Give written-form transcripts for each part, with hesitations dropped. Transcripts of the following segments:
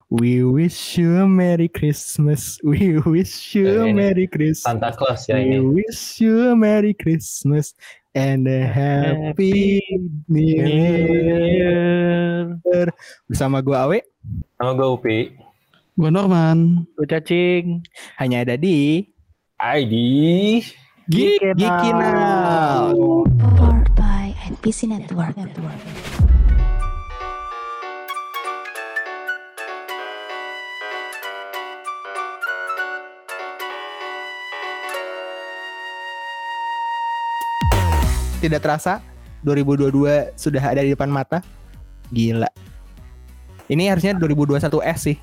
We wish you a Merry Christmas. We wish you a Merry Christmas. Santa Claus ya We ini. wish you a Merry Christmas and a Happy New Year. Bersama gue Awe. Sama gue Upi. Gue Norman. Gue Cacing. Hanya ada di ID Geekinal. Powered by NPC Network. Tidak terasa 2022 sudah ada di depan mata. Gila. Ini harusnya 2021S sih.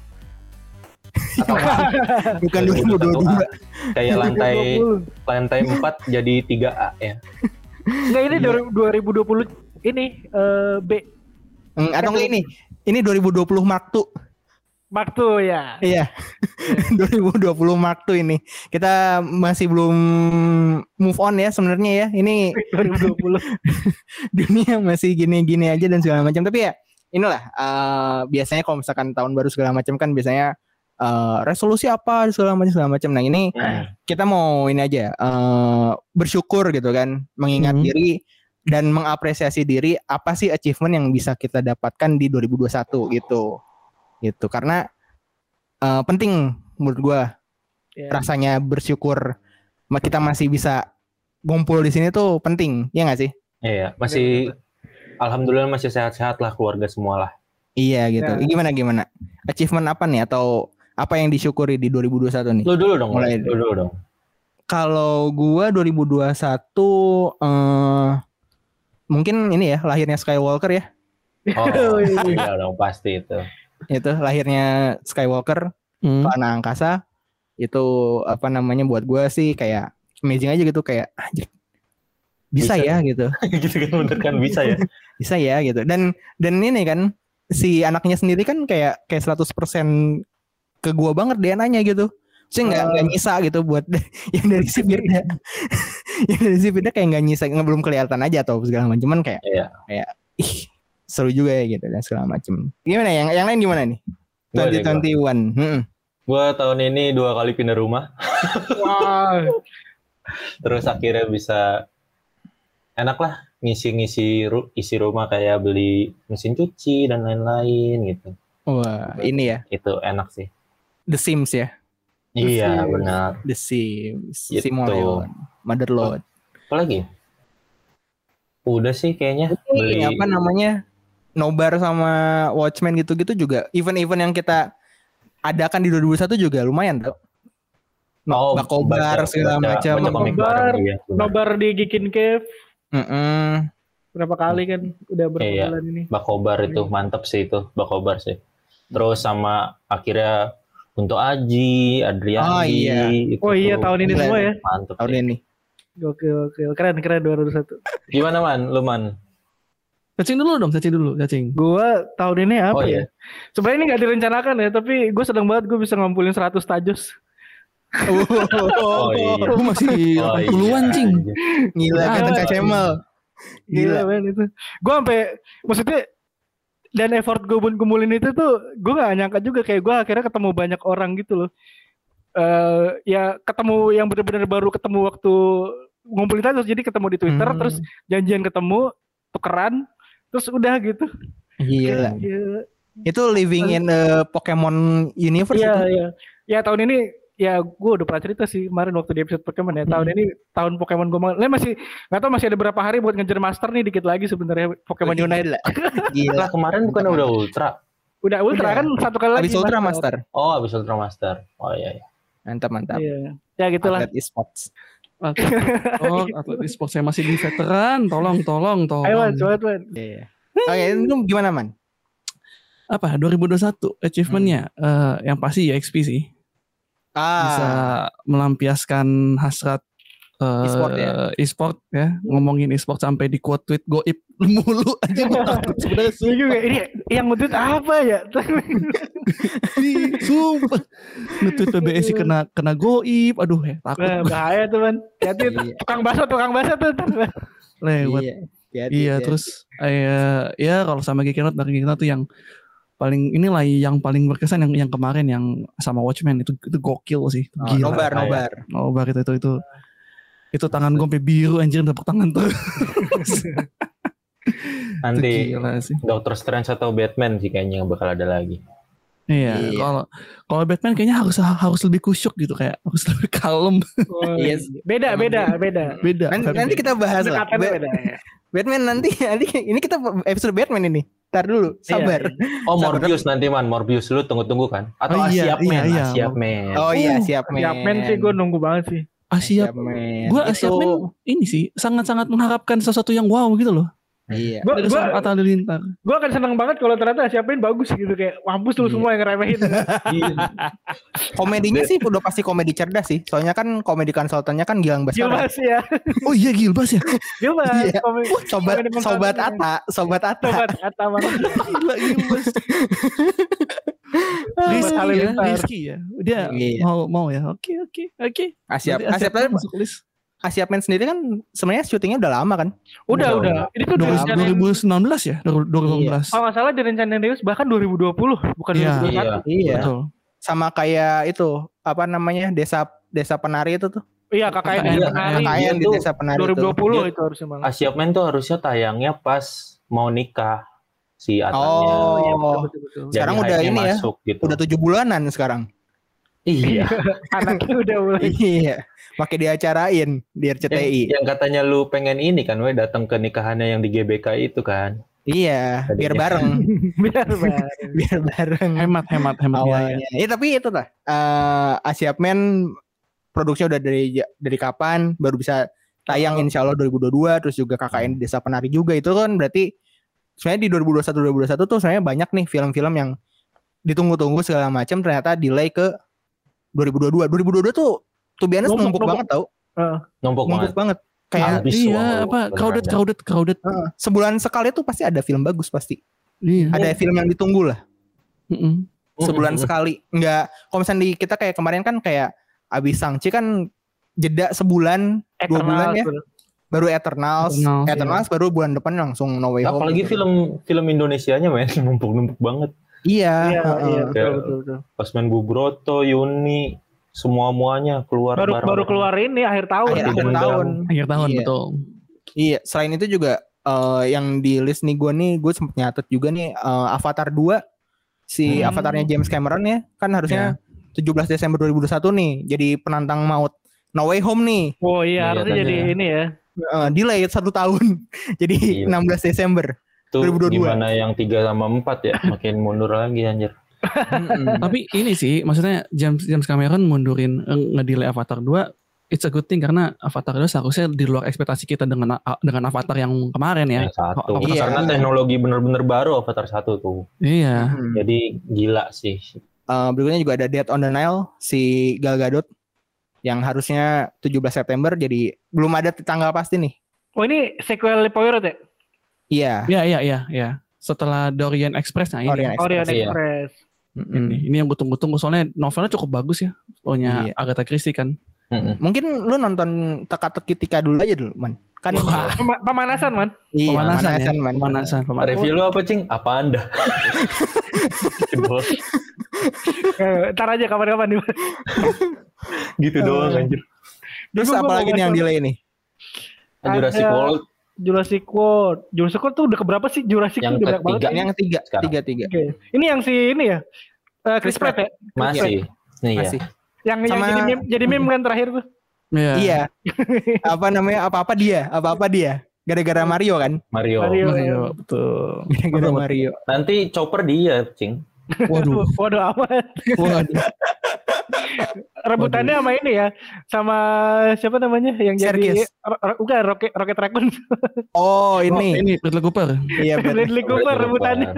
Bukan 2022. Kayak lantai 4 jadi 3A ya. Enggak, ini 2020 ini B. Atau enggak ini 2020 Mark II. Mark II ya. Iya. 2020 Mark II ini. Kita masih belum move on ya sebenarnya ya. Ini 2020. Dunia masih gini-gini aja dan segala macam. Tapi ya inilah biasanya kalau misalkan tahun baru segala macam kan biasanya resolusi apa segala macam. Nah, ini kita mau ini aja bersyukur gitu kan, mengingat diri dan mengapresiasi diri apa sih achievement yang bisa kita dapatkan di 2021 gitu. Gitu karena penting menurut gua rasanya bersyukur kita masih bisa ngumpul di sini tuh penting, ya nggak sih? Iya, masih alhamdulillah masih sehat-sehat lah keluarga semua lah. Iya gitu. Gimana achievement apa nih atau apa yang disyukuri di 2021 nih? Lu dulu dong. Kalau gua 2021 mungkin ini ya lahirnya Skywalker ya. Oh iya dong pasti itu. Itu lahirnya Skywalker ke anak angkasa. Itu apa namanya buat gue sih kayak amazing aja gitu, kayak bisa ya gitu. Gitu kan, bener kan, bisa ya. Bisa ya gitu. Dan ini kan si anaknya sendiri kan kayak 100% ke gue banget DNA-nya gitu. Saya nggak nyisa gitu buat yang dari si Firda. Yang dari si Firda kayak nggak nyisa, belum kelihatan aja atau segala macam. Cuman kayak seru juga ya gitu dan segala macam. Gimana yang lain gimana nih? 2021. Gua tahun ini 2 kali pindah rumah. Wow. Terus akhirnya bisa enak lah ngisi rumah kayak beli mesin cuci dan lain-lain gitu. Wah, ini ya. Itu enak sih. The Sims ya. Iya, benar. The Sims. Gitu. Simoleon, Motherlode. Apa lagi? Udah sih kayaknya. Beli apa namanya? Nobar sama Watchmen gitu-gitu juga. Event-event yang kita adakan di 2021 juga lumayan tau. Bakobar segala macam. Nobar di Geekin Cave. Berapa kali kan? Udah berapa bulan ini. Bakobar itu mantap sih itu. Bakobar sih. Terus sama akhirnya untuk Aji, Adriani. Oh iya tahun ini semua ya. Mantap tahun ini. Gokil. Keren 2021. Gimana Lu Man? Cacing dulu. Gua tahun ini apa ya? Sebenarnya ini nggak direncanakan ya, tapi gue seneng banget gue bisa ngumpulin 100 tajus. Gue masih 80-an cing. Gila kata Kak Cemal. Gila men itu. Gue sampai maksudnya dan effort gue kumpulin itu tuh gue nggak nyangka juga, kayak gue akhirnya ketemu banyak orang gitu loh. Ya ketemu yang benar-benar baru ketemu waktu ngumpulin tajus, jadi ketemu di Twitter terus janjian ketemu tukeran. Terus udah gitu. Gila. Itu living in a Pokemon universe. Iya. Ya tahun ini ya gue udah pernah cerita sih kemarin waktu di episode Pokemon ya. Tahun ini tahun Pokemon gue masih nggak tahu, masih ada berapa hari buat ngejar master nih, dikit lagi sebenarnya Pokemon Unite. Gila, kemarin bukan udah Ultra. Udah Ultra kan satu kali lagi. Abis Ultra Master. Abis Ultra Master. Oh iya. Mantap. Iya. Ya gitulah. Atlet e-sports. Atlet e-sports saya masih di veteran. Tolong. Ayo coba. Iya. Oke, itu gimana Man? Apa 2021 achievementnya yang pasti XP sih. Bisa melampiaskan hasrat e-sport ya. Ngomongin e-sport sampai di quote tweet goib mulu aja. Sebenarnya juga ini yang nge-tweet apa ya? Sumpah. Nge-tweet PBSI kena goib. Aduh ya takut. Bahaya tuh Man. Hati tukang baso tuh. Lewat. Iya terus ya kalau sama Geekinot tuh yang inilah yang paling berkesan yang kemarin yang sama Watchmen itu gokil sih. Gila. Nobar itu tangan gue sampai biru anjir tepuk tangan tuh. Nanti Doctor Strange atau Batman sih kayaknya bakal ada lagi. Iya. Kalau Batman kayaknya harus lebih kusyuk gitu, kayak harus lebih kalem. Yes. Beda. Nanti kita bahas lah. Batman nanti ini kita episode Batman ini. Ntar dulu, sabar. Oh, Morbius nanti Morbius lu tunggu kan? Atau Siap Man. Oh iya, Siap Man. Siap Man sih gue nunggu banget sih. Siap Man. Gue Siap Man ini sih sangat-sangat mengharapkan sesuatu yang wow gitu loh. Iya. Gua Atta Halilintar. Gue akan senang banget kalau ternyata Siapin bagus gitu, kayak mampus lu semua yang ngeremehin. Komedinya sih udah pasti komedi cerdas sih. Soalnya kan komedi konsultannya kan Gilang Baskara. Gilbas ya. Oh iya Gilbas ya. Gilbas. Iya. Sobat Atta banget. Gila Gilbas. Rizky ya. Dia mau ya. Oke. Siap Man sendiri kan sebenarnya syutingnya udah lama kan? Udah. Ini tuh 2019 ya? 2019. Kalau nggak salah direncanain rilis bahkan 2020, bukan 2021. Iya. Betul. Sama kayak itu, apa namanya? Desa Penari itu tuh. Iya, KKN di Desa Penari 2020 itu harusnya Bang. Siap Man tuh harusnya tayangnya pas mau nikah si Atanya. Oh, iya betul. Sekarang udah ini masuk, ya. Gitu. Udah 7 bulanan sekarang. Iya. Anaknya udah mulai. Iya. Pakai diacarain di RCTI. Yang katanya lu pengen ini kan, datang ke nikahannya yang di GBK itu kan. Iya, biar bareng. biar bareng. Hemat awalnya. Ya tapi itu lah. Siap Man produksinya udah dari kapan baru bisa tayang insya Allah 2022, terus juga KKN Desa Penari juga, itu kan berarti sebenarnya di 2021 tuh sebenarnya banyak nih film-film yang ditunggu-tunggu segala macam ternyata delay ke 2022. 2022 tuh biasanya numpuk banget tau. Numpuk banget. Kayak crowded. Sebulan sekali tuh pasti ada film bagus pasti. Iya. Ada film yang ditunggu lah. Sebulan sekali. Enggak, kalau misalnya kita kayak kemarin kan kayak abis Shang-Chi kan jeda sebulan, 2 bulan ya. Baru Eternals baru bulan depan langsung No Way Home. Apalagi film Indonesianya numpuk banget. Iya. Betul. Pas main Bu Broto, Yuni, semuanya keluar baru keluar ini akhir tahun. Akhir tahun iya. Betul. Iya, selain itu juga yang di list nih gue sempet nyatet juga nih Avatar 2 si avatarnya James Cameron ya, kan harusnya 17 Desember 2021 nih jadi penantang maut No Way Home nih. Oh iya, harusnya jadi ini ya. Delay 1 tahun. Jadi 16 Desember tuh 2022. Gimana yang 3 sama 4 ya, makin mundur lagi anjir. Tapi ini sih maksudnya James Cameron mundurin ngedelay Avatar 2, it's a good thing karena Avatar 2 seharusnya di luar ekspektasi kita dengan Avatar yang kemarin ya. Karena teknologi bener-bener baru Avatar 1 tuh. Iya. Jadi gila sih. Berikutnya juga ada Dead on the Nile si Gal Gadot yang harusnya 17 September jadi belum ada tanggal pasti nih. Oh ini sequel Poirot ya? Iya. Setelah Orient Express Orient Express. Ini yang gue tunggu-tunggu soalnya novelnya cukup bagus ya. Pokoknya Agatha Christie kan. Mungkin lu nonton Teka-teki Tika dulu aja dulu, Man. Kan pemanasan, Man. Iya, pemanasan. Review lu apa, Cing? Apa Anda? Ntar aja kapan-kapan nih. Gitu doang anjir. Terus apa lagi nih yang delay nih? Jurassic World tuh udah keberapa sih? Jurassic yang udah banyak banget. Yang ketiga. Okay. Ini yang si ini ya? Chris Pratt ya? Masih. Masih. Yang jadi meme kan terakhir tuh. Iya. Apa namanya? Apa-apa dia. Gara-gara Mario kan? Mario, betul. Gara-gara Mario. Nanti Chopper dia, Cing. Waduh amat. Rebutannya sama ini ya, sama siapa namanya yang Serkis. Jadi bukan Rocket Raccoon. Oh ini Bradley Cooper. Iya Bradley Cooper rebutannya.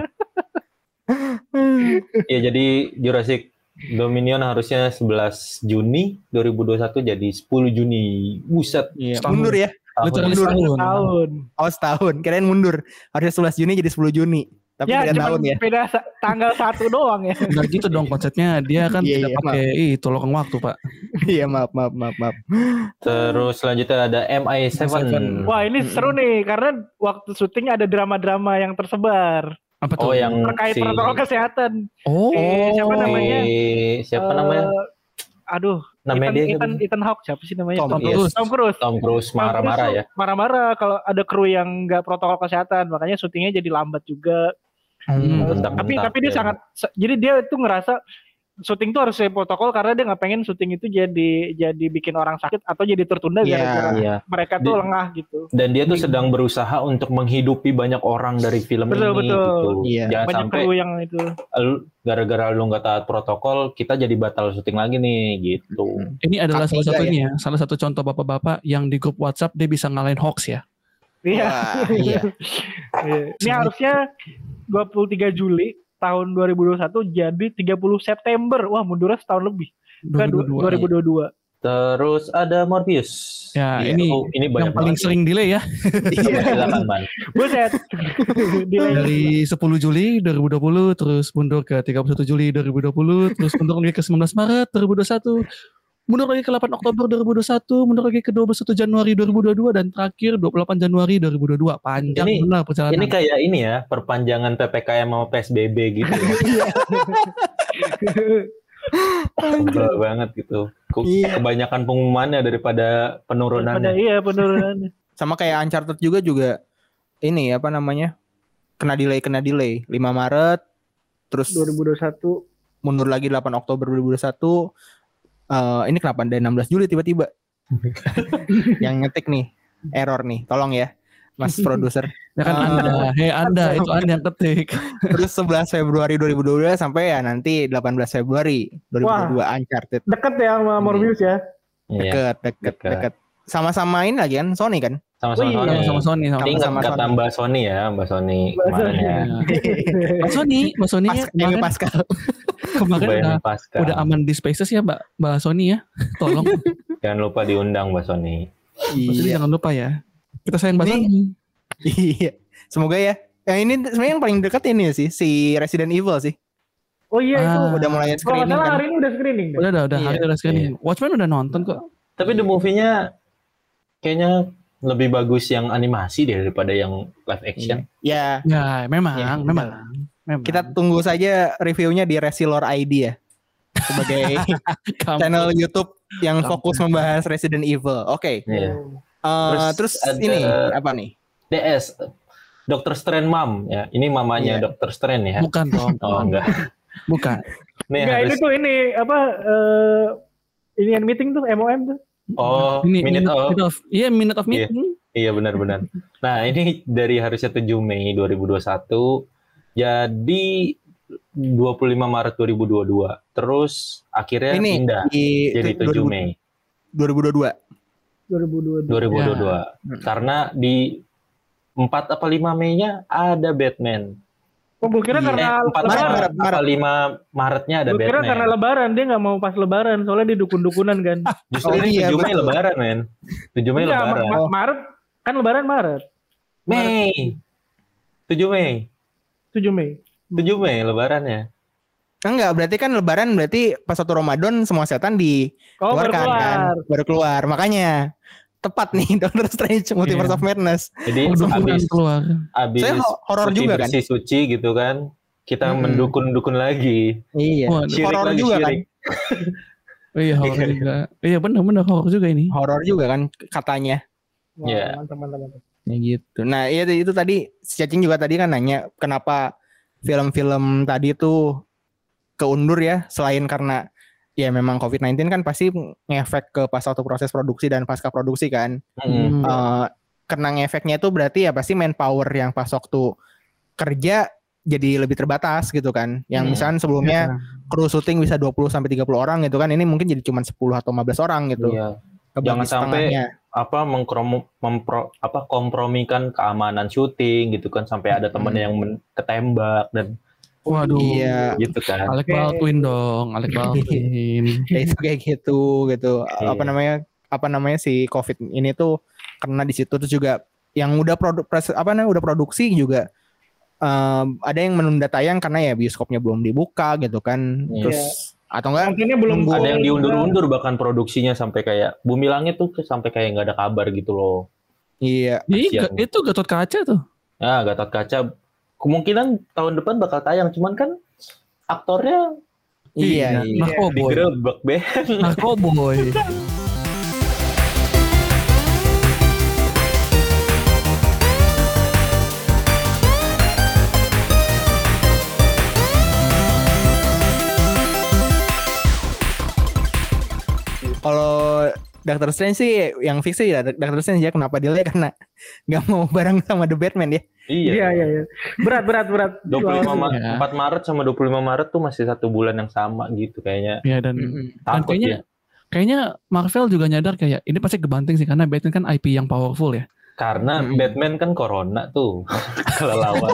Iya jadi Jurassic Dominion harusnya 11 Juni 2021 jadi 10 Juni. Buset. Iya. Mundur ya. Tahun. Oh setahun. Kirain mundur. Harusnya 11 Juni jadi 10 Juni. Tapi ya, beda tahun ya. Beda tanggal 1 doang ya. Enggak gitu dong konsepnya. Dia kan tidak pakai itu logam waktu, Pak. Iya, maaf. Terus selanjutnya ada MI7. Wah, ini seru nih karena waktu syuting ada drama-drama yang tersebar. Apa tuh? Oh, yang terkait protokol kesehatan. Oh, Siapa namanya? Siapa namanya? Aduh, Namanya dia Ethan Hawke siapa sih namanya? Tom Cruise. Tom Cruise marah-marah ya. Marah-marah kalau ada kru yang nggak protokol kesehatan, makanya syutingnya jadi lambat juga. Tapi dia sangat, jadi dia itu ngerasa syuting tuh harus sesuai protokol karena dia nggak pengen syuting itu jadi bikin orang sakit atau jadi tertunda gara-gara mereka tuh lengah gitu. Dan dia tuh sedang berusaha untuk menghidupi banyak orang dari film ini gitu. Jangan banyak sampai yang itu. Gara-gara lu nggak taat protokol, kita jadi batal syuting lagi nih gitu. Ini adalah salah satunya, salah satu contoh bapak-bapak yang di grup WhatsApp dia bisa ngalahin hoax ya. Iya. Ini harusnya 23 Juli tahun 2021 jadi 30 September. Wah, mundurnya setahun lebih. 2022. Terus ada Morbius. Ya, ini banyak yang paling sering delay ya. Silakan, Man. Buset. Dari 10 Juli 2020 terus mundur ke 31 Juli 2020, terus mundur lagi ke 19 Maret 2021. Mundur lagi ke 8 Oktober 2021, mundur lagi ke 21 Januari 2022 dan terakhir 28 Januari 2022. Panjang benar perjalanan. Ini kayak ini ya, perpanjangan PPKM sama PSBB gitu. Tebal banget gitu. Kebanyakan pengumumannya daripada penurunannya. Iya, penurunannya. Sama kayak Uncharted juga ini apa namanya? Kena delay 5 Maret terus 2021 mundur lagi 8 Oktober 2021. Ini kenapa ada 16 Juli tiba-tiba? Yang ngetik nih, error nih, tolong ya, Mas produser. Ya kan Anda itu Anda yang ketik. Terus 11 Februari 2022 sampai ya nanti 18 Februari 2022 Uncharted. Deket ya sama Morbius ya? Deket. Sama-sama ini lagi kan, Sony kan? Sama Sony. Ingat kata Mbak Sony ya, Mbak Sony kemarin ya. Mbak Sony Amy Pascal. Kemarin udah aman di Spaces ya Mbak Sony ya. Tolong. Jangan lupa diundang Mbak Sony. Jadi jangan lupa ya. Kita sayang Mbak Sony. Iya. Semoga ya. Yang ini sebenarnya yang paling dekat ini sih si Resident Evil sih. Oh iya itu udah mulai screening kan. Hari ini udah screening. Udah hari udah screening. Watchmen udah nonton kok. Tapi the movie-nya kayaknya lebih bagus yang animasi daripada yang live action. Ya. Ya, memang. Kita tunggu saja reviewnya di Resilor ID ya. Sebagai channel YouTube yang fokus membahas Resident Evil. Oke. Terus ini apa nih? DS Dr. Strange Mom ya. Ini mamanya Dr. Strange ya. Bukan dong. Oh enggak. Bukan. Ini tuh ini apa ini yang meeting tuh MOM tuh. Oh, Minute of Meeting. Iya benar-benar. Nah, ini dari harusnya 7 Mei 2021 jadi 25 Maret 2022. Terus akhirnya ini pindah jadi 7 Mei 2022. Ya. Karena di 4 apa 5 Mei-nya ada Batman. Oh, gue kira karena 4 Maret 5 Maretnya ada Batman. Gue kira karena lebaran, dia nggak mau pas lebaran, soalnya dia dukun-dukunan kan. Justru ini 7 Mei lebaran, men. 7 Mei lebaran. Maret, kan lebaran Maret. Mei. 7 Mei. 7 Mei lebarannya. Enggak, berarti kan lebaran berarti pas satu Ramadan semua setan dikeluarkan kan. Baru keluar. Makanya tepat nih Doctor Strange Multiverse of Madness. Jadi abis horor juga kan. Suci gitu kan. Kita mendukun-dukun lagi. Iya. Horor juga kan. Iya horor juga. Iya benar horor juga ini. Horor juga kan katanya. Iya. Mantap. Ya gitu. Nah itu tadi si Cacing juga tadi kan nanya kenapa film-film tadi tuh keundur ya, selain karena ya memang COVID-19 kan pasti ngefek ke pas waktu proses produksi dan pasca produksi kan. Kena ngefeknya itu berarti ya pasti manpower yang pas waktu kerja jadi lebih terbatas gitu kan. Yang misalnya sebelumnya kru syuting bisa 20 sampai 30 orang gitu kan. Ini mungkin jadi cuma 10 atau 15 orang gitu. Iya. Jangan sampai kompromikan keamanan syuting gitu kan, sampai ada temennya yang ketembak dan waduh, iya, gitu kan. Alec Baldwin dong, Alec Baldwin. Itu kayak gitu. Iya. Apa namanya si COVID ini tuh karena di situ tuh juga yang udah produksi juga ada yang menunda tayang karena ya bioskopnya belum dibuka gitu kan. Iya. Terus atau enggak belum ada yang diundur-undur bahkan produksinya sampai kayak Bumi Langit tuh sampai kayak nggak ada kabar gitu loh. Iya. Itu Gatot Kaca tuh. Ya Gatot Kaca kemungkinan tahun depan bakal tayang, cuman kan aktornya Iya. Narkoboy. digerebek Ben. Narkoboy. Kalau Doctor Strange sih yang fix sih ya Doctor Strange ya, kenapa delay karena nggak mau bareng sama The Batman ya. Iya. Berat. 4 Maret sama 25 Maret tuh masih 1 bulan yang sama gitu kayaknya. Ya dan Takut kayaknya Marvel juga nyadar kayak ini pasti kebanting sih karena Batman kan IP yang powerful ya. Karena Batman kan corona tuh kalau lawan.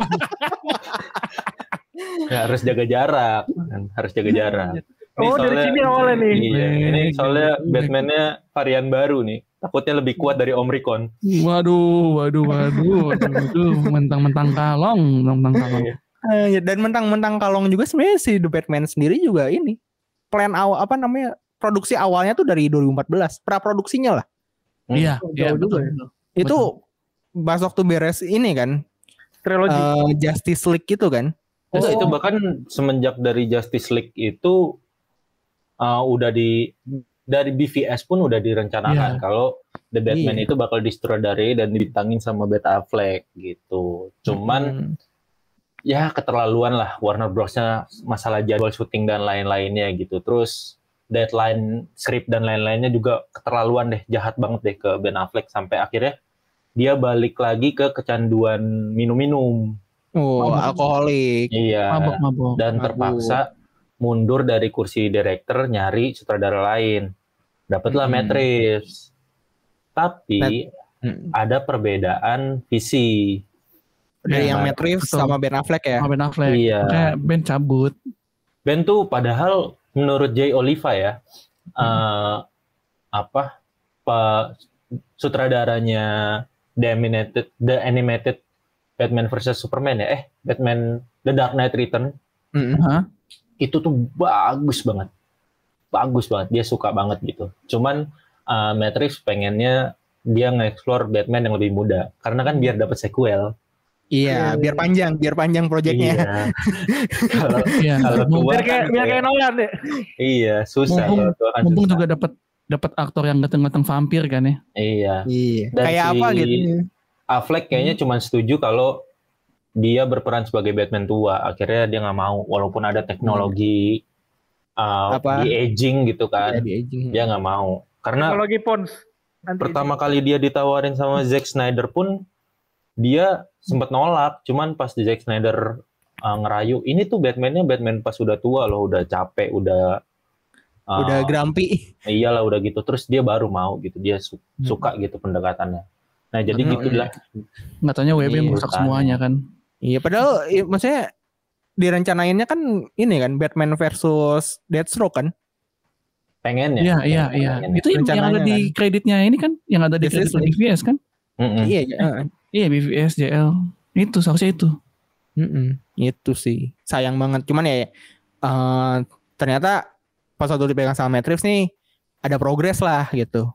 Ya, harus jaga jarak, harus jaga jarak. Ini dari sini awalnya nih. Iya, ini soalnya Batman-nya varian baru nih. Takutnya lebih kuat dari Omicron. Waduh, mentang-mentang kalong. Dan mentang-mentang kalong juga sebenarnya si The Batman sendiri juga ini plan awal produksi awalnya tuh dari 2014, praproduksinya lah. Iya, betul. Itu pas waktu beres ini kan Trilogi Justice League gitu kan. Itu bahkan semenjak dari Justice League itu udah dari BVS pun udah direncanakan kalau The Batman itu bakal disutradarai dan dibintangin sama Ben Affleck gitu. Cuman ya keterlaluan lah Warner Bros-nya masalah jadwal syuting dan lain-lainnya gitu. Terus deadline script dan lain-lainnya juga keterlaluan deh, jahat banget deh ke Ben Affleck sampai akhirnya dia balik lagi ke kecanduan minum-minum. Alkoholik. Iya. Mabok. Dan terpaksa mundur dari kursi director nyari sutradara lain. Dapatlah Matt Reeves. Tapi ada perbedaan visi. Dari yang Matt Reeves sama Ben Affleck ya. Sama Ben Affleck. Iya. Kayak Ben cabut. Ben tuh padahal menurut Jay Oliva ya, sutradaranya The Animated Batman vs Superman ya, Batman The Dark Knight Return. Itu tuh bagus banget. Dia suka banget gitu. Cuman Matt Reeves pengennya dia nge-explore Batman yang lebih muda karena kan biar dapat sequel. Iya, biar panjang proyeknya. Kalau tua biar kayak Nolan deh. Iya, susah. Mumpung juga dapat aktor yang ganteng-ganteng vampir kan ya. Iya. Dan kayak apa gitu. Affleck kayaknya cuma setuju kalau dia berperan sebagai Batman tua. Akhirnya dia nggak mau, walaupun ada teknologi di aging gitu kan. Dia nggak mau. Karena teknologi Pons. Pertama kali dia ditawarin sama Zack Snyder pun dia sempat nolak. Cuman pas Zack Snyder ngerayu, ini tuh Batman-nya Batman pas udah tua loh, udah capek, udah grumpy. Iyalah udah gitu. Terus dia baru mau gitu. Dia suka gitu pendekatannya. Nah jadi gitulah. Nggak tanya WB merusak semuanya kan. Iya padahal maksudnya direncanainnya kan ini kan Batman versus Deathstroke kan. Pengen ya. Iya. Itu yang ada di kreditnya ini kan. Yang ada di kredit BVS kan. Iya BVS JL. Itu seharusnya itu. Itu sih. Sayang banget. Cuman ya ternyata pas waktu dipegang sama Matt Reeves nih ada progres lah gitu.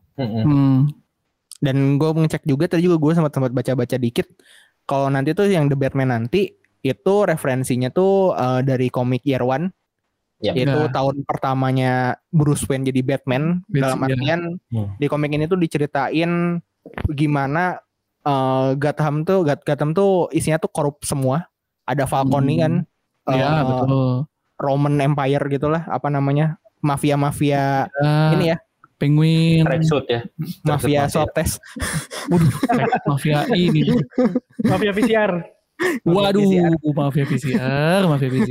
Dan gue ngecek juga tadi juga gue sempat baca-baca dikit kalau nanti tuh yang The Batman nanti itu referensinya tuh dari komik Year One, yaitu tahun pertamanya Bruce Wayne jadi Batman. Dalam artian di komik ini tuh diceritain gimana Gotham tuh isinya tuh korup semua. Ada Falcone kan, betul. Roman Empire gitulah, apa namanya, mafia ini ya. Penguin, tracksuit ya, mafia swab test, mafia ini, mafia PCR. Waduh, mafia PCR.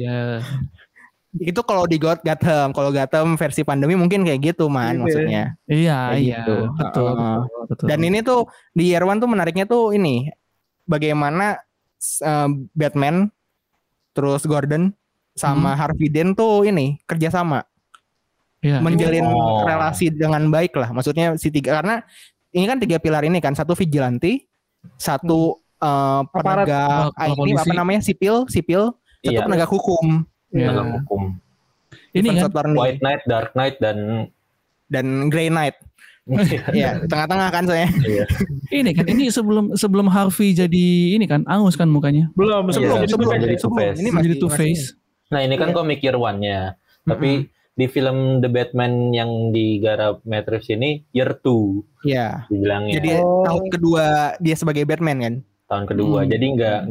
Itu kalau di Gotham, versi pandemi mungkin kayak gitu maksudnya. Iya, gitu. Betul. Dan ini tuh di Year One tuh menariknya tuh ini, bagaimana Batman, terus Gordon sama Harvey Dent tuh ini kerjasama. Menjalin relasi dengan baik lah, maksudnya karena ini kan 3 pilar ini kan, satu vigilante, satu penegak ini apa namanya sipil, satu penegak hukum. Hukum. Ini kan White Knight, Dark Knight dan Grey Knight. Iya, tengah-tengah kan saya. Ini kan ini sebelum Harvey jadi ini kan angus kan mukanya. Belum jadi Two-Face. Ini masih jadi Two-Face. Nah ini kan komik year one-nya, tapi di film The Batman yang digarap Matt Reeves ini year 2. Iya. Dibilangnya. Jadi tahun kedua dia sebagai Batman kan. Tahun kedua. Jadi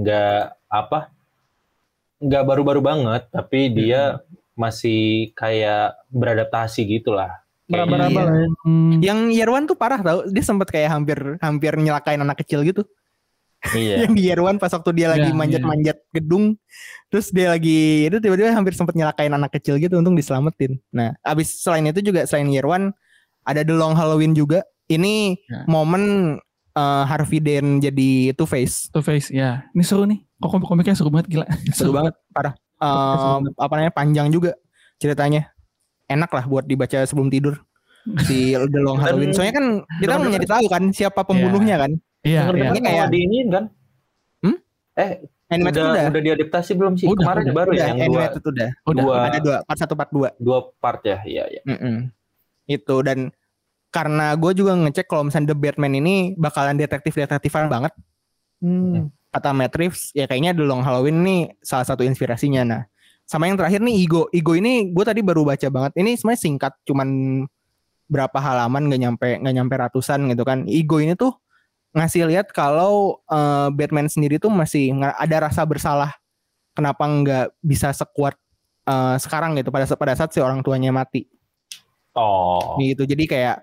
nggak baru-baru banget, tapi dia masih kayak beradaptasi gitulah. Meraba-raba lah ya. Yang year one tuh parah tau. Dia sempat kayak hampir nyelakain anak kecil gitu. Iya. Yang di year one pas waktu dia lagi manjat-manjat gedung, terus dia lagi itu tiba-tiba hampir sempat nyelakain anak kecil gitu, untung diselamatin. Nah, abis selain itu juga selain year one ada The Long Halloween juga. Ini momen Harvey Dent jadi Two-Face. Two-Face ya. Ini seru nih. Komiknya seru banget gila. Seru banget, parah. Panjang juga ceritanya. Enak lah buat dibaca sebelum tidur. Si The Long Halloween. Soalnya kan kita mau nyari tahu kan siapa pembunuhnya kan. Iya. Ini kayak diinin kan? Animated udah diadaptasi belum sih? Kemarin baru ya yang animated udah. Ada 2 part 1 part 2. 2 part ya. Iya. Itu dan karena gue juga ngecek kalau misalnya The Batman ini bakalan detektifan banget. Kata Matt Reeves ya kayaknya The Long Halloween ini salah satu inspirasinya. Nah, sama yang terakhir nih Ego ini gue tadi baru baca banget. Ini sebenarnya singkat, cuman berapa halaman, nggak nyampe ratusan gitu kan. Ego ini tuh ngasih lihat kalau Batman sendiri tuh masih ada rasa bersalah. Kenapa nggak bisa sekuat sekarang gitu pada saat si orang tuanya mati. Gitu. Jadi kayak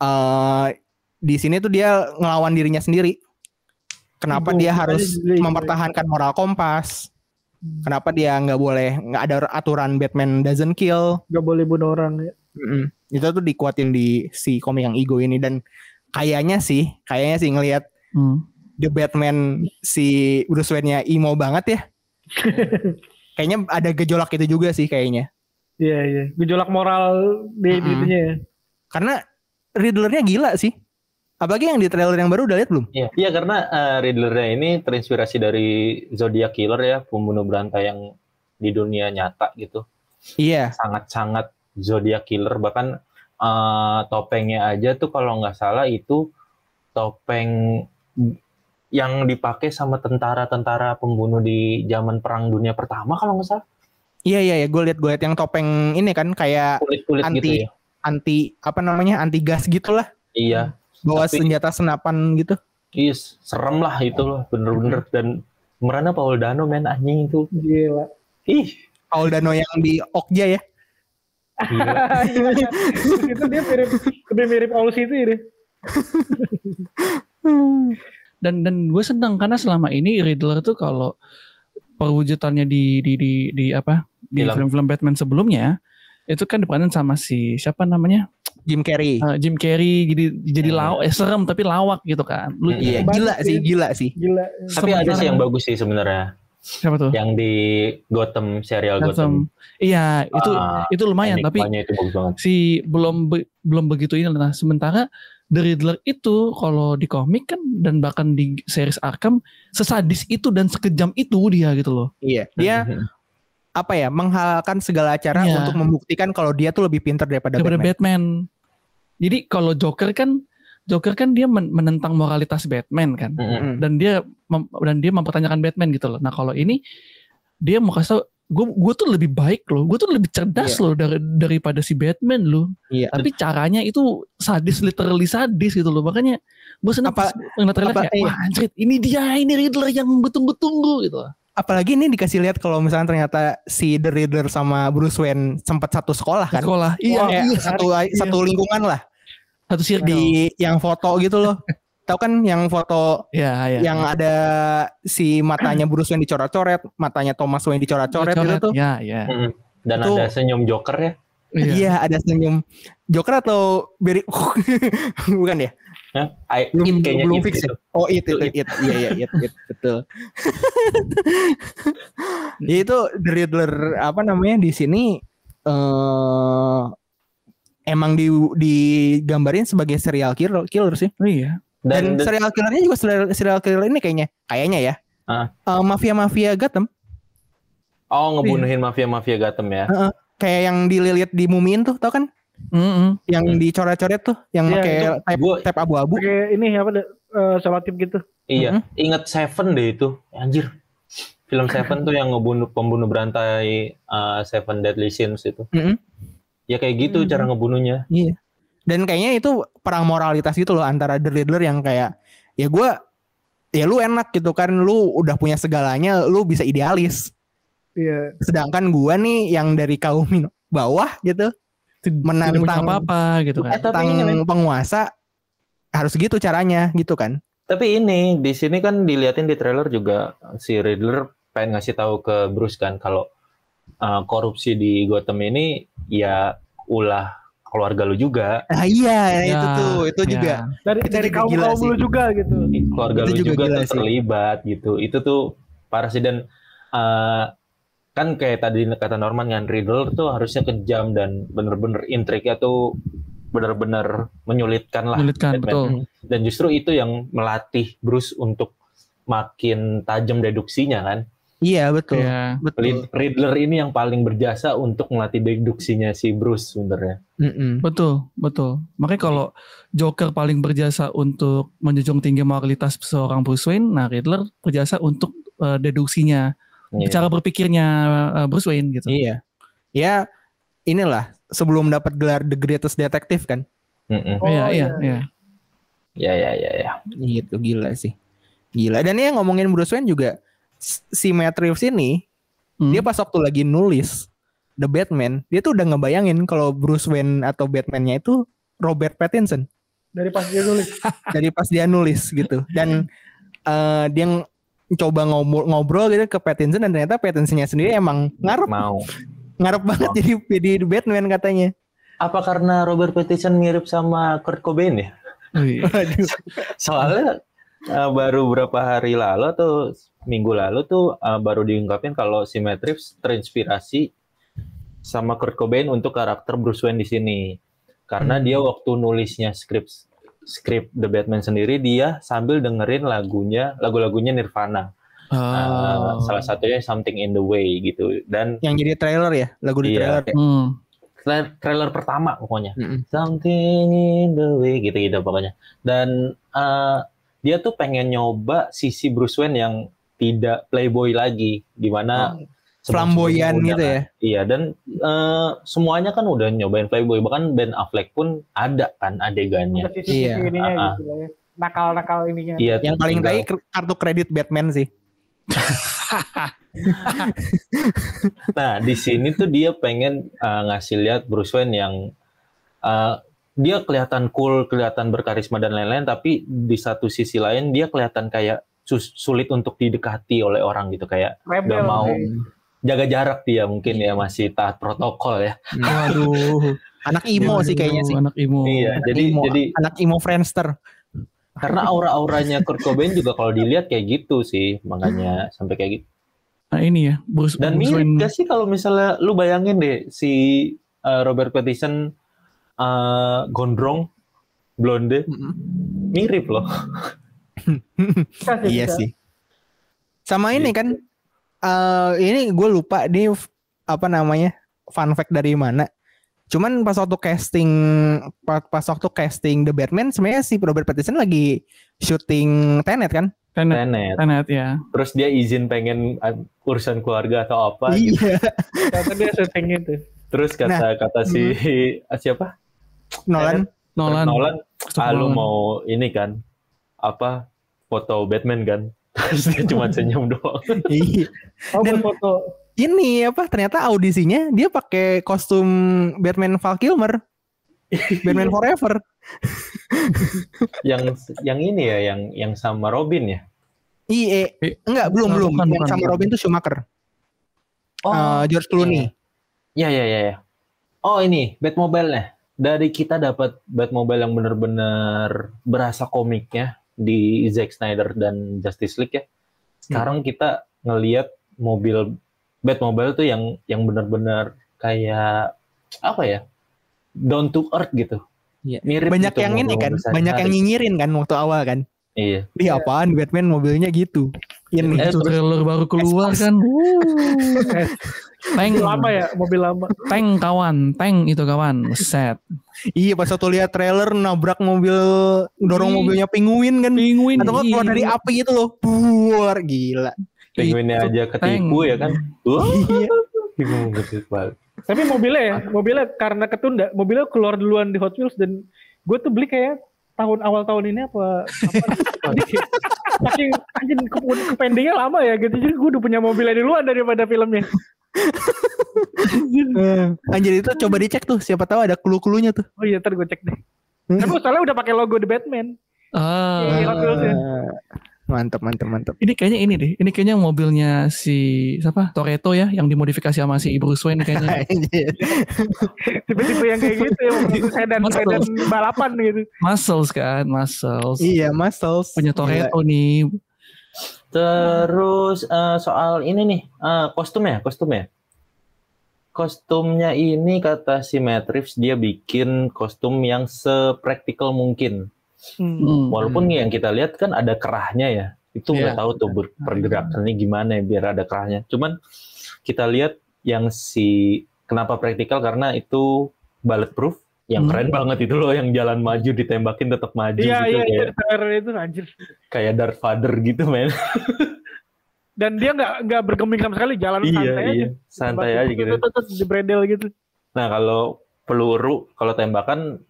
di sini tuh dia ngelawan dirinya sendiri. Kenapa dia harus mempertahankan moral kompas? Kenapa dia nggak ada aturan Batman doesn't kill? Nggak boleh bunuh orang ya. Itu tuh dikuatin di si komik yang Ego ini dan kayaknya sih ngelihat The Batman si Bruce Wayne-nya emo banget ya. Kayaknya ada gejolak itu juga sih kayaknya. Iya. Gejolak moral di itunya ya. Karena Riddler-nya gila sih. Apalagi yang di trailer yang baru udah lihat belum? Iya karena Riddler-nya ini terinspirasi dari Zodiac Killer ya, pembunuh berantai yang di dunia nyata gitu. Iya. Sangat-sangat Zodiac Killer, bahkan topengnya aja tuh kalau nggak salah itu topeng yang dipakai sama tentara-tentara pembunuh di zaman Perang Dunia Pertama kalau nggak salah. Iya, gue lihat yang topeng ini kan kayak kulit gitu ya. Anti gas gitulah. Iya. Bawa senjata senapan gitu. Yes, serem lah itu loh, bener-bener. Dan merana Paul Dano main anjing itu. Gila. Paul Dano yang di Okja ya. Itu dia lebih mirip Olsi itu ya. Dan gue senang karena selama ini Riddler tuh kalau perwujudannya di film-film Batman sebelumnya itu kan diperanin sama si siapa namanya? Jim Carrey jadi serem tapi lawak gitu kan. Iya, gila sih. Tapi ada sih yang bagus sih sebenarnya. Siapa tuh? Yang di Gotham, serial Gotham. Iya, itu lumayan tapi itu bagus banget. Belum begitu ini. Nah, sementara The Riddler itu kalau di komik kan dan bahkan di series Arkham sesadis itu dan sekejam itu dia gitu loh. Iya. Dia menghalalkan segala cara untuk membuktikan kalau dia tuh lebih pintar daripada Batman. Jadi kalau Joker kan dia menentang moralitas Batman kan, dan dia mempertanyakan Batman gitu loh. Nah kalau ini dia mau kasih tau, gue tuh lebih baik loh, gue tuh lebih cerdas loh daripada si Batman loh. Tapi caranya itu literally sadis gitu loh. Makanya gue senang ngeliat trailer kayak, wah anjir, ini Riddler yang tunggu gitu. Apalagi ini dikasih lihat kalau misalnya ternyata si The Riddler sama Bruce Wayne sempat satu sekolah kan? Iya. Satu lingkungan lah. Satu circle. Di yang foto gitu loh. Tahu kan yang foto yang ada si matanya Bruce Wayne dicoret-coret, matanya Thomas Wayne dicoret-coret gitu tuh. Iya. Dan itu, ada senyum Joker ya? Iya, ada senyum Joker atau Barry bukan ya? Belum fix ya? Oh, itu. Iya, betul. Ya itu The Riddler di sini emang digambarin sebagai serial killer sih. Oh iya. Dan serial killernya juga serial killer ini kayaknya ya. Mafia Gotham. Oh, ngebunuhin mafia Gotham ya. Kayak yang dililit di Mumiin tuh, tau kan? Yang dicoret-coret tuh, yang pakai tape abu-abu. Pakai ini apa selotip gitu. Iya, ingat Seven deh itu. Anjir. Film Seven tuh yang pembunuh berantai Seven Deadly Sins itu. Ya kayak gitu cara ngebunuhnya. Iya. Dan kayaknya itu perang moralitas gitu loh antara The Riddler yang kayak ya lu enak gitu kan, lu udah punya segalanya, lu bisa idealis. Iya. Sedangkan gua nih yang dari kaum bawah gitu, menantang apa gitu kan. Tentang penguasa harus gitu caranya gitu kan. Tapi ini di sini kan diliatin di trailer juga si Riddler pengen ngasih tahu ke Bruce kan kalau korupsi di Gotham ini ya ulah keluarga lu juga. Iya, itu juga. Dari kaum lu juga gitu. Keluarga lu juga tuh terlibat gitu. Itu tuh parah sih. Dan kan kayak tadi kata Norman kan, Riddler tuh harusnya kejam dan bener-bener intriknya tuh bener-bener menyulitkan lah. Betul. Dan justru itu yang melatih Bruce untuk makin tajam deduksinya kan. Iya betul. Riddler ini yang paling berjasa untuk melatih deduksinya si Bruce sebenarnya. Betul. Makanya kalau Joker paling berjasa untuk menjunjung tinggi moralitas seorang Bruce Wayne, nah Riddler berjasa untuk deduksinya, cara berpikirnya Bruce Wayne gitu. Iya. Ya inilah sebelum dapat gelar The Greatest Detective kan. Iya. Ya. Gitu gila sih. Gila. Dan ya ngomongin Bruce Wayne juga, si Matt Reeves ini dia pas waktu lagi nulis The Batman, dia tuh udah ngebayangin kalau Bruce Wayne atau Batman-nya itu Robert Pattinson. Dari pas dia nulis gitu. Dan dia coba ngobrol gitu ke Pattinson, dan ternyata Pattinson-nya sendiri emang ngarep banget jadi Batman katanya. Apa karena Robert Pattinson mirip sama Kurt Cobain ya? Soalnya baru beberapa hari lalu atau minggu lalu tuh baru diungkapin kalau si Matt Reeves terinspirasi sama Kurt Cobain untuk karakter Bruce Wayne di sini. Karena dia waktu nulisnya skrip The Batman sendiri, dia sambil dengerin lagu-lagunya Nirvana. Salah satunya Something in the Way gitu. Dan yang jadi trailer ya, lagu di trailer ya. Trailer pertama pokoknya. Something in the Way gitu pokoknya. Dan dia tuh pengen nyoba sisi Bruce Wayne yang tidak playboy lagi, di mana flamboyan gitu ya. Iya, dan semuanya kan udah nyobain playboy, bahkan Ben Affleck pun ada kan adegannya. Iya. Gitu ya. Nakal-nakal ininya. Iya, yang paling baik kartu kredit Batman sih. Nah, di sini tuh dia pengen ngasih lihat Bruce Wayne yang dia kelihatan cool, kelihatan berkarisma dan lain-lain, tapi di satu sisi lain dia kelihatan kayak sulit untuk didekati oleh orang gitu, kayak nggak mau jaga jarak, dia mungkin ya masih taat protokol ya. Waduh, anak emo sih kayaknya sih. Anak emo. Iya, jadi anak emo Friendster. Karena aura-auranya Kurt Cobain juga kalau dilihat kayak gitu sih, makanya sampai kayak gitu. Nah ini ya, dan mirip gak sih kalau misalnya lu bayangin deh si Robert Pattinson gondrong, blonde, mirip loh. Iya sih. Sama ini kan, ini gue lupa nih apa namanya, fun fact dari mana. Cuman pas waktu casting The Batman, sebenarnya si Robert Pattinson lagi syuting Tenet kan? Tenet ya. Terus dia izin pengen urusan keluarga atau apa? Iya. Kata dia syuting itu. Terus kata si siapa? Nolan. Lu mau ini kan? Apa? Foto Batman kan? Terus dia cuma senyum doang. Iya. Dan foto ini apa? Ternyata audisinya dia pakai kostum Batman Val Kilmer. Batman Forever. yang ini ya, yang sama Robin ya? Iya. Enggak, belum. Yang sama Robin tuh Schumacher. George Clooney. Iya. Oh, ini Batmobile-nya. Dari kita dapat Batmobile yang benar-benar berasa komiknya di Zack Snyder dan Justice League ya. Sekarang kita ngelihat mobil Batmobile tuh yang benar-benar kayak apa ya? Down to earth gitu. Iya. Mirip banyak yang ini kan, banyak yang nyinyirin kan waktu awal kan. Iya. Apaan Batman mobilnya gitu. Ini itu trailer baru keluar kan. Tank lama ya, mobil lama. Tank kawan, itu kawan. Set. Iya pas waktu lihat trailer nabrak mobil, dorong mobilnya penguin kan. Penguin. Atau nggak keluar dari api itu loh. Buar gila. Penguinnya aja ketipu ya kan. Iya. Bingung betul banget. Tapi mobilnya karena ketunda, mobilnya keluar duluan di Hot Wheels dan gue tuh beli kayak awal tahun ini apa saking anjing kependingnya lama ya gitu, jadi gue udah punya mobilnya duluan daripada filmnya. Anjir itu coba dicek tuh, siapa tahu ada clue-cluenya tuh. Oh iya, ntar gue cek deh. Tapi soalnya udah pakai logo The Batman. Mantap. Ini kayaknya mobilnya si siapa? Toretto ya, yang dimodifikasi sama si Bruce Wayne kayaknya. Tipe-tipe yang kayak gitu ya, sedan balapan gitu. Muscles. Iya, Muscles. Punya Toretto nih. Terus soal ini nih, kostumnya. Kostumnya ini kata si Matt Reeves dia bikin kostum yang sepraktikal mungkin. Walaupun yang kita lihat kan ada kerahnya ya, itu nggak tahu tuh pergerakannya gimana ya biar ada kerahnya. Cuman kita lihat yang kenapa praktikal karena itu bulletproof, yang keren banget itu loh, yang jalan maju ditembakin tetap maju gitu. Iya, itu anjir. Kayak Darth Vader gitu men. Dan dia nggak bergeming sama sekali, jalan santai aja. Santai aja gitu. Di bredel gitu. Nah kalau peluru, kalau tembakan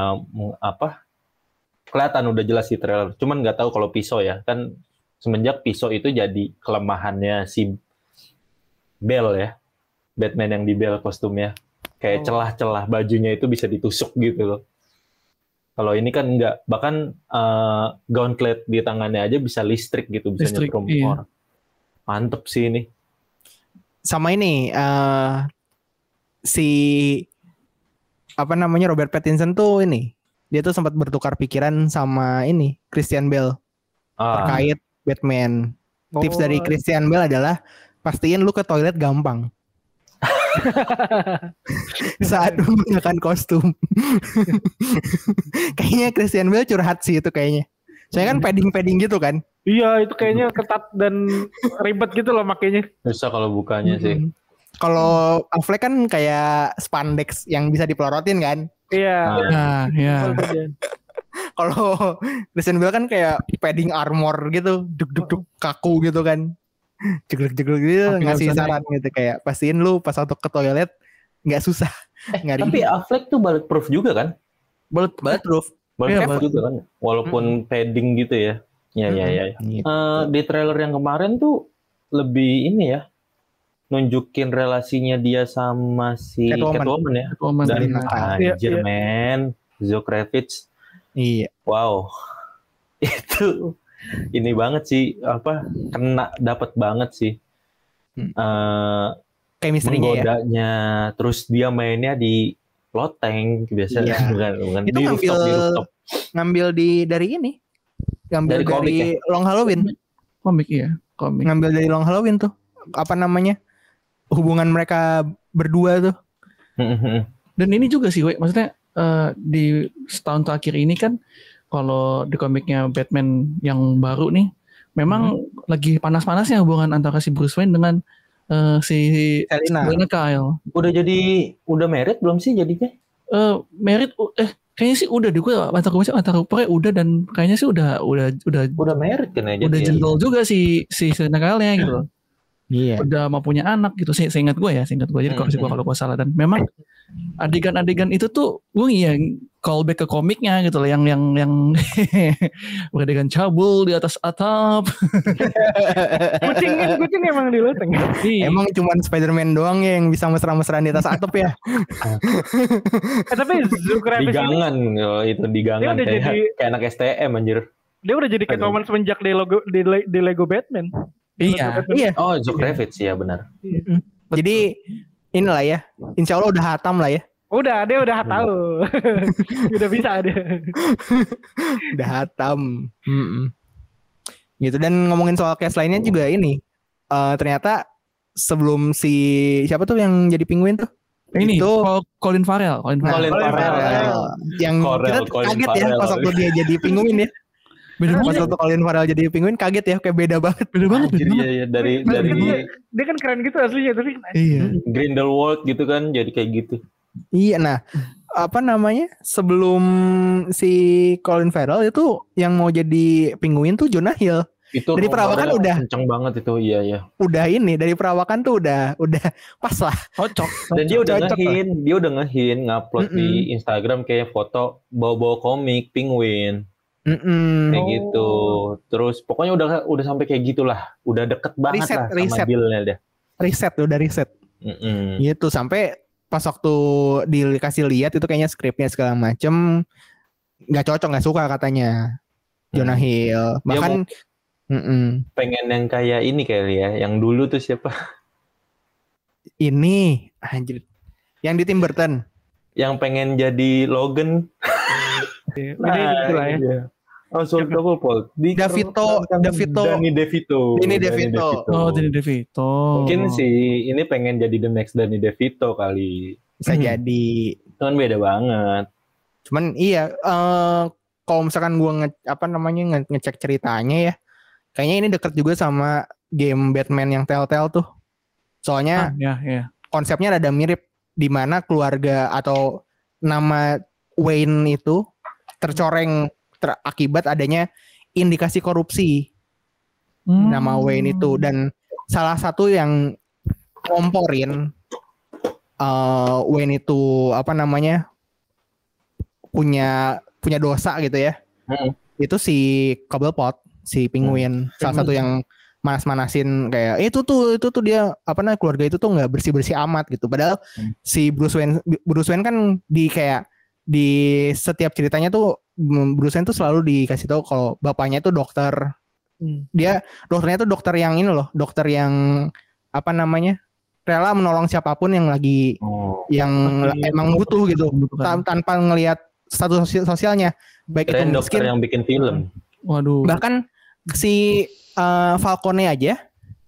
kelihatan udah jelas di trailer. Cuman nggak tahu kalau pisau ya. Kan semenjak pisau itu jadi kelemahannya si Bell ya. Batman yang di Bell kostumnya. Kayak celah-celah bajunya itu bisa ditusuk gitu loh. Kalau ini kan nggak. Bahkan gauntlet di tangannya aja bisa listrik gitu. Bisa nyetrum orang. Mantep sih ini. Sama ini. Robert Pattinson tuh ini. Dia tuh sempat bertukar pikiran sama ini Christian Bale terkait Batman. Tips dari Christian Bale adalah pastiin lu ke toilet gampang saat menggunakan kostum. Kayaknya Christian Bale curhat sih itu kayaknya. Soalnya kan padding gitu kan. Iya, itu kayaknya ketat dan ribet gitu loh makanya. Susah kalau bukanya sih. Kalau Affleck kan kayak spandex yang bisa dipelorotin kan. Iya. Iya. Kalau Christian Bale kan kayak padding armor gitu, duk kaku gitu kan. Jeglek gitu, ngasih saran gitu kayak pastiin lu pas waktu ke toilet nggak susah. Tapi Affleck tuh bulletproof juga kan? Bulletproof juga kan, walaupun padding gitu ya. Ya. Di trailer yang kemarin tuh lebih ini ya, nunjukin relasinya dia sama si Catwoman ya. Dan anjir men, Zoe Kravitz. Iya. Wow. Itu ini banget sih, dapat banget sih. Chemistry-nya menggodanya, terus dia mainnya di loteng biasa bukan itu di rooftop. Ngambil dari ini. Ngambil dari Long Halloween. Komik. Ngambil dari Long Halloween tuh. Apa namanya? Hubungan mereka berdua tuh. Dan ini juga sih, maksudnya di setahun terakhir ini kan kalau di komiknya Batman yang baru nih, memang lagi panas-panasnya hubungan antara si Bruce Wayne dengan si Selina Kyle. Udah married belum sih jadinya? Married kayaknya sih udah di gue antara pokoknya udah, dan kayaknya sih udah married kan ya. Udah jendol juga si Selina Kyle-nya gitu. Iya. Udah mau punya anak gitu, seingat gue. Jadi koreksi gue kalau gue salah. Dan memang adegan-adegan itu tuh gue callback ke komiknya gitu loh, yang adegan cabul di atas atap. Kucing emang di loteng. Emang cuman Spider-Man doang yang bisa mesra-mesraan di atas atap ya. Tapi Zoe Kravitz di gangan itu di gangan kayak anak STM anjir. Dia udah jadi Catwoman semenjak di Lego Batman. Iya. Oh, Zoe Kravitz ya benar. Iya. Jadi inilah ya. Insya Allah udah hatam lah ya. Dia udah tahu. Udah bisa dia. Udah hatam. Gitu. Dan ngomongin soal cast lainnya juga ini. Ternyata sebelum siapa tuh yang jadi penguin tuh? Ini itu Colin Farrell. Yang kita kaget ya pas waktu dia jadi penguin ya. Beda Pas banget. waktu Colin Farrell jadi penguin kaget ya, kayak beda banget. Beda banget. Anjir, iya, dari Dia kan keren gitu aslinya, tapi Iya. Grindelwald gitu kan jadi kayak gitu. Iya, nah apa namanya sebelum si Colin Farrell itu yang mau jadi penguin tuh Jonah Hill. Itu Dari perawakan rumornya udah. kenceng banget itu, iya. Udah ini dari perawakan tuh udah pas lah. Cocok. Dan dia udah Cocok ngehin, ngupload di Instagram kayak foto bawa-bawa komik penguin. Kayak gitu. Terus pokoknya udah sampai kayak gitulah. Udah deket banget lah sama dealnya deh. Udah riset. Gitu sampai pas waktu dikasih lihat itu kayaknya skripnya segala macem nggak cocok, nggak suka katanya Jonah Hill. Bahkan pengen yang kayak ini kali ya, yang dulu tuh siapa? Ini anjir. Yang di Tim Burton. Yang pengen jadi Logan. Ini lah ya. Iya. Oh, Soul Paul. Danny DeVito. Oh, Danny DeVito. Mungkin sih ini pengen jadi the next Danny DeVito kali. Bisa jadi. Cuman beda banget. Cuman iya, kalau misalkan gue ngecek ceritanya ya, kayaknya ini deket juga sama game Batman yang Telltale tuh. Soalnya konsepnya rada mirip, di mana keluarga atau nama Wayne itu tercoreng akibat adanya indikasi korupsi. Nama Wayne itu, dan salah satu yang ngomporin Wayne itu punya dosa gitu ya. Itu si Cobblepot, si penguin, salah satu yang manas-manasin kayak itu tuh dia keluarga itu tuh nggak bersih amat gitu. Padahal si Bruce Wayne kan di setiap ceritanya tuh Bruce Wayne tuh selalu dikasih tahu kalau bapaknya itu dokter. Dia dokternya tuh dokter yang ini loh, dokter yang rela menolong siapapun yang lagi emang butuh gitu, tanpa ngelihat status sosialnya, baik itu dokter yang bikin film. Waduh. Bahkan si Falcone aja,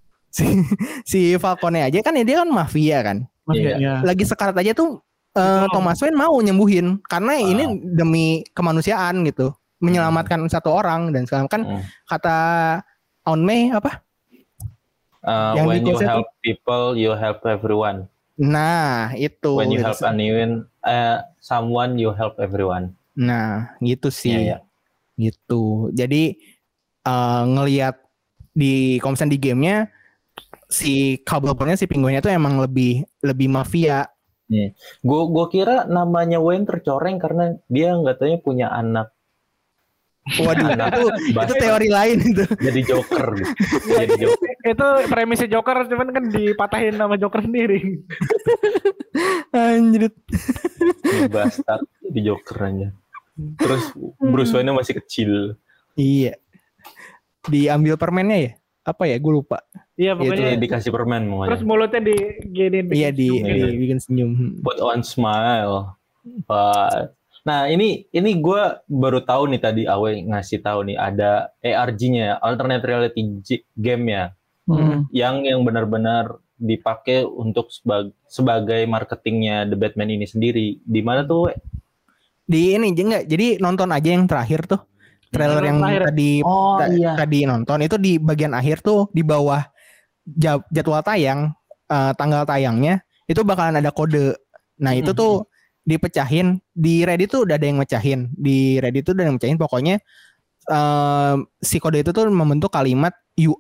si Falcone aja kan dia kan mafia kan. Iya. Lagi sekarat aja tuh Thomas Wayne mau nyembuhin karena ini demi kemanusiaan gitu, menyelamatkan satu orang. Dan sekarang kan kata Aunt May apa? When you help people, you help everyone. Nah itu. When you help someone, you help everyone. Nah gitu sih. Gitu. Jadi ngelihat di komisen di gamenya si Cobblepotnya, si penguinnya tuh emang lebih mafia. Gue kira namanya Wayne tercoreng karena dia nggak taunya punya anak. Waduh, itu teori lain itu. Jadi Joker gitu. Jadi Joker. Itu premisnya Joker, cuman kan dipatahin nama Joker sendiri. Anjir. Bastard jadi Joker aja. Terus Bruce Wayne masih kecil. Iya. Diambil permennya ya? Apa ya? Gue lupa. Iya pokoknya. Dikasih permen pokoknya. Terus mulutnya diginiin. Iya, bikin senyum. Put on smile. Nah ini gue baru tahu nih, tadi Awe ngasih tahu nih ada ARG-nya, alternate reality game ya, yang benar-benar dipakai untuk sebagai marketingnya The Batman ini sendiri. Di mana tuh? Di ini enggak, jadi nonton aja yang terakhir tuh, trailer yang tadi nonton itu di bagian akhir tuh, di bawah jadwal tayang, tanggal tayangnya itu bakalan ada kode. Nah itu tuh dipecahin di Reddit tuh udah ada yang mecahin. Pokoknya si kode itu tuh membentuk kalimat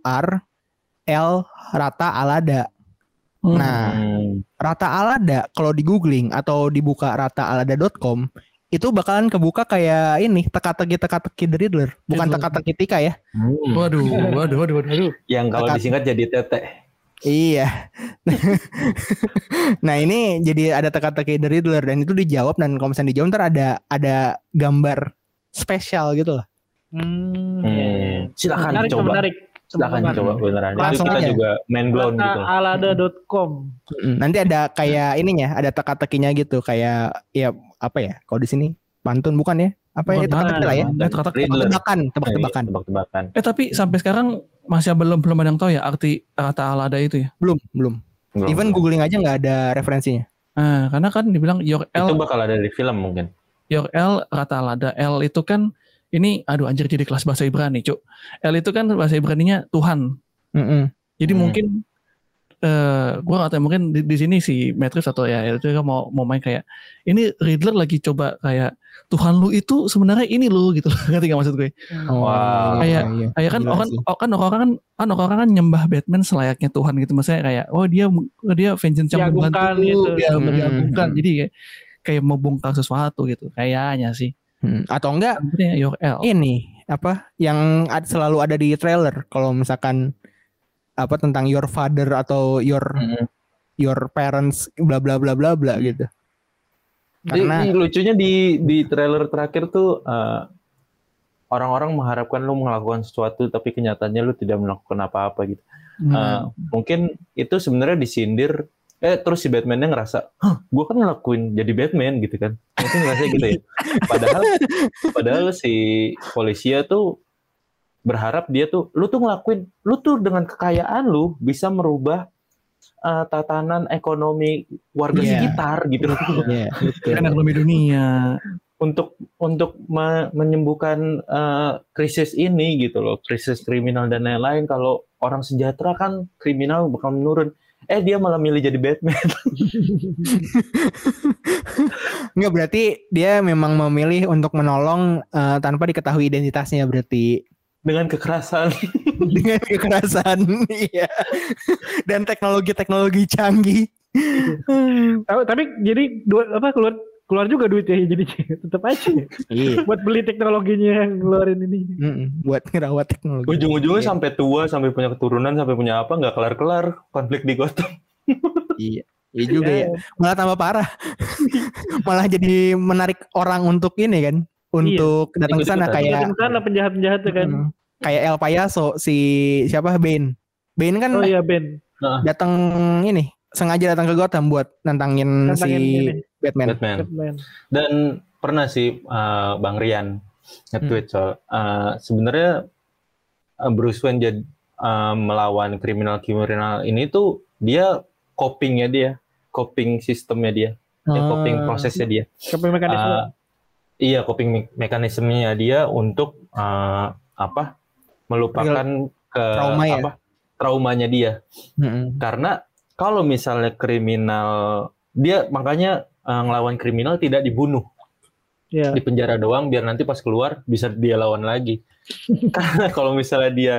URL Rata Alada. Nah, Rata Alada kalau di googling atau dibuka rataalada.com itu bakalan kebuka kayak ini, teka-teki The Riddler, bukan teka-teki Tika ya. Waduh. Yang kalau disingkat jadi Tete. Iya. Nah ini jadi ada teka-teki The Riddler dan itu dijawab, dan kalau misalnya dijawab ntar ada gambar spesial gitu lah. Silakan coba. Silakan coba beneran. Langsung itu kita aja. juga main blown gitu. Alada.com. Nanti ada kayak ininya, ada teka-tekinya gitu, kayak ya apa ya? Kalau di sini pantun bukan ya? Apa ya, teka-teki lah ya? Tebak-tebakan. Tapi sampai sekarang masih belum ada yang tahu ya arti Rata Alada itu ya? Belum. Even googling aja nggak ada referensinya. Karena kan dibilang your L itu bakal ada di film mungkin. Your L Rata Alada. L itu kan ini aduh anjir jadi kelas bahasa Ibrani, Cuk. El itu kan bahasa Ibraninya Tuhan. Jadi mungkin gue nggak tahu, mungkin di sini si Matrix atau ya itu kan mau main kayak ini Riddler lagi coba kayak Tuhan lu itu sebenarnya ini lu gitu. Ngerti nggak maksud gue? Kayak kan orang kan nyembah Batman selayaknya Tuhan gitu, maksudnya kayak dia vengeance yang membantu gitu. Dia diagungkan, jadi kayak mau bongkar sesuatu gitu kayaknya sih. Atau enggak ini apa yang selalu ada di trailer kalau misalkan apa tentang your father atau your parents bla bla bla bla bla gitu. Karena ini lucunya di trailer terakhir tuh orang-orang mengharapkan lu melakukan sesuatu tapi kenyataannya lu tidak melakukan apa-apa gitu. Mungkin itu sebenarnya disindir terus si Batman-nya ngerasa, gue kan ngelakuin jadi Batman gitu kan. Mungkin ngerasa gitu ya. Padahal si Felicia tuh berharap dia tuh, lu tuh dengan kekayaan lu bisa merubah tatanan ekonomi warga sekitar gitu. Ekonomi dunia. Untuk menyembuhkan krisis ini gitu loh, krisis kriminal dan lain-lain. Kalau orang sejahtera kan kriminal bakal menurun. Dia malah milih jadi Batman. Nggak, berarti dia memang memilih untuk menolong tanpa diketahui identitasnya berarti. Dengan kekerasan. Dengan kekerasan, iya. Dan teknologi canggih. Tapi jadi keluar juga duitnya jadi tetap aja. Iya. Buat beli teknologinya yang ngeluarin ini. Buat ngerawat teknologi. Ujung-ujungnya sampai tua, sampai punya keturunan, sampai punya apa, nggak kelar-kelar konflik di Gotham. Iya. Iya juga ya. Malah tambah parah. Malah jadi menarik orang untuk ini kan. Untuk datang ke sana kayak penjahat-penjahat kan. Kayak El Payaso siapa Bane. Bane kan Bane. Datang ini sengaja datang ke Gotham buat nantangin si Batman. Dan pernah sih Bang Rian nge-tweet soal sebenarnya Bruce Wayne jadi melawan kriminal ini tuh dia coping sistemnya dia, coping prosesnya dia. Coping mekanisme. Iya, coping mekanismenya dia untuk melupakan traumanya dia. Karena kalau misalnya kriminal, dia makanya ngelawan kriminal tidak dibunuh. Di penjara doang biar nanti pas keluar bisa dia lawan lagi. Karena kalau misalnya dia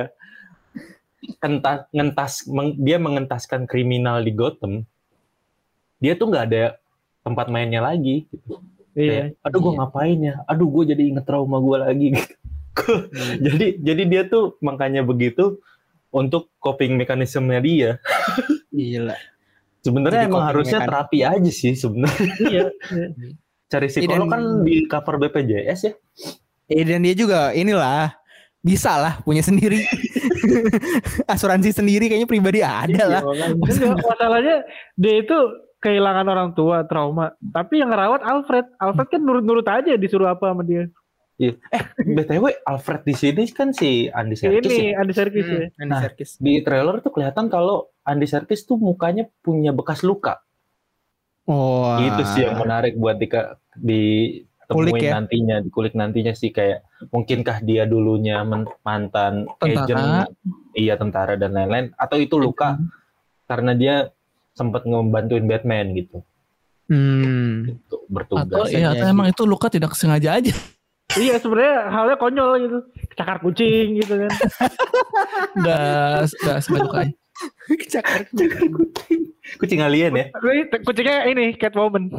dia mengentaskan kriminal di Gotham, dia tuh nggak ada tempat mainnya lagi. Gitu. Kayak, aduh gue ngapain ya? Aduh gue jadi inget trauma gue lagi. Gitu. jadi dia tuh makanya begitu untuk coping mekanismenya dia. Gila. Sebenarnya emang harusnya terapi aja sih sebenarnya. Iya. Cari psikolog kan di cover BPJS ya. Dan dia juga inilah bisa lah punya sendiri. Asuransi sendiri kayaknya pribadi ada lah. Masalahnya dia itu kehilangan orang tua, trauma. Tapi yang ngerawat Alfred kan nurut-nurut aja disuruh apa sama dia. Iya. BTW Alfred di sini kan si Andy Serkis. Ini Andy Serkis ya. Andy Serkis. Di trailer tuh kelihatan kalau Andy Serkis tuh mukanya punya bekas luka. Oh. Itu sih yang menarik buat ditemuin nantinya, di kulik nantinya sih, kayak mungkinkah dia dulunya mantan agent, tentara dan lain-lain, atau itu luka karena dia sempat ngebantuin Batman gitu. Gitu, bertugas. Atau emang itu luka tidak sengaja aja. Iya, sebenarnya halnya konyol gitu. Cakar kucing gitu kan. Enggak sengaja. Cakar kucing. Kucing alien ya? Kucingnya ini Catwoman.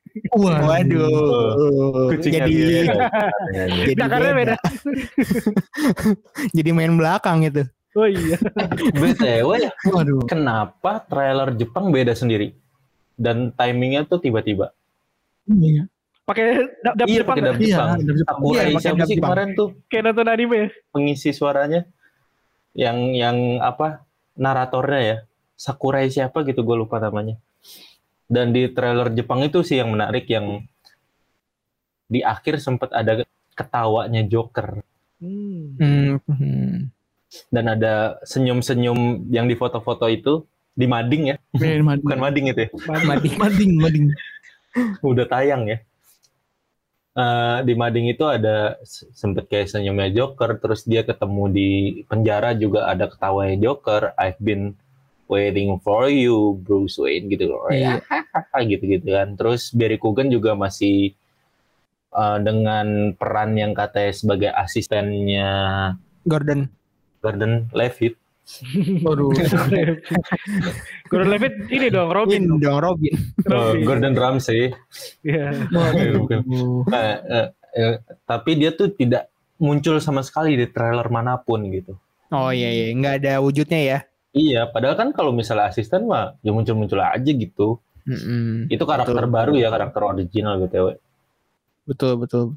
Waduh. Kucing jadi cakarnya beda. Jadi main belakang itu. Oh iya. BTW, kenapa trailer Jepang beda sendiri? Dan timingnya tuh tiba-tiba. Iya. Pakai dub Jepang. Sakurai siapa sih kemarin tuh? Kayak nonton anime ya? Pengisi suaranya. Yang apa? Naratornya ya. Sakurai siapa gitu, gue lupa namanya. Dan di trailer Jepang itu sih yang menarik, yang di akhir sempat ada ketawanya Joker. Dan ada senyum-senyum yang di foto-foto itu di mading ya. Bukan mading itu ya. Mading. Udah tayang ya. di mading itu ada sempet kayak senyumnya Joker, terus dia ketemu di penjara juga ada ketawanya Joker, I've been waiting for you Bruce Wayne gitu loh. Iya. Gitu-gitu kan. Terus Barry Keoghan juga masih dengan peran yang katanya sebagai asistennya Gordon Levitt. Waduh. Gordon Levitt ini dong Robin. Robin. Gordon Ramsay. Iya. Tapi dia tuh tidak muncul sama sekali di trailer manapun gitu. Oh iya, nggak ada wujudnya ya. Iya, padahal kan kalau misalnya asisten mah ya muncul-muncul aja gitu. Itu karakter baru ya, karakter original BTW. Betul.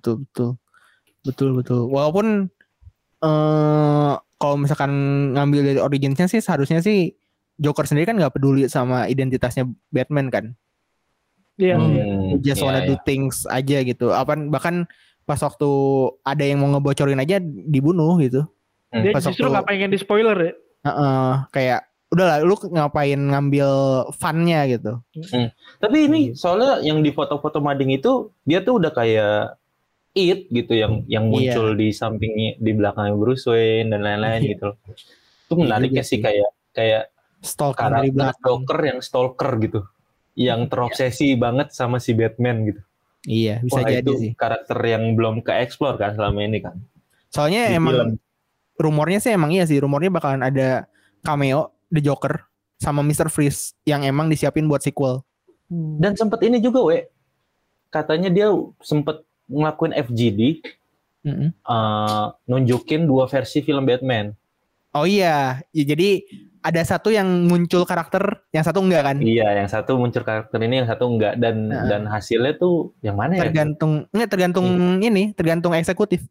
Walaupun kalau misalkan ngambil dari originnya sih seharusnya sih Joker sendiri kan nggak peduli sama identitasnya Batman kan. Iya. Just wanna do things aja gitu. Bahkan pas waktu ada yang mau ngebocorin aja dibunuh gitu. Dia justru nggak pengen di spoiler ya. Kayak udahlah lu ngapain ngambil fun-nya gitu. Tapi ini soalnya yang di foto-foto mading itu dia tuh udah kayak It gitu yang muncul di sampingnya di belakangnya Bruce Wayne dan lain-lain gitu. Itu menariknya sih kayak stalker dari belakang. Joker yang stalker gitu. Yang terobsesi banget sama si Batman gitu. Iya, bisa jadi itu sih. Karakter yang belum ke-explore kan selama ini kan. Soalnya di emang film. Rumornya sih emang iya sih, rumornya bakalan ada cameo The Joker sama Mr. Freeze yang emang disiapin buat sequel. Dan sempet ini juga katanya dia sempet ngelakuin FGD, nunjukin 2 versi film Batman. Oh iya, ya, jadi ada satu yang muncul karakter, yang satu enggak kan? Iya, yang satu muncul karakter ini, yang satu enggak, dan hasilnya tuh yang mana ya? Tergantung eksekutif.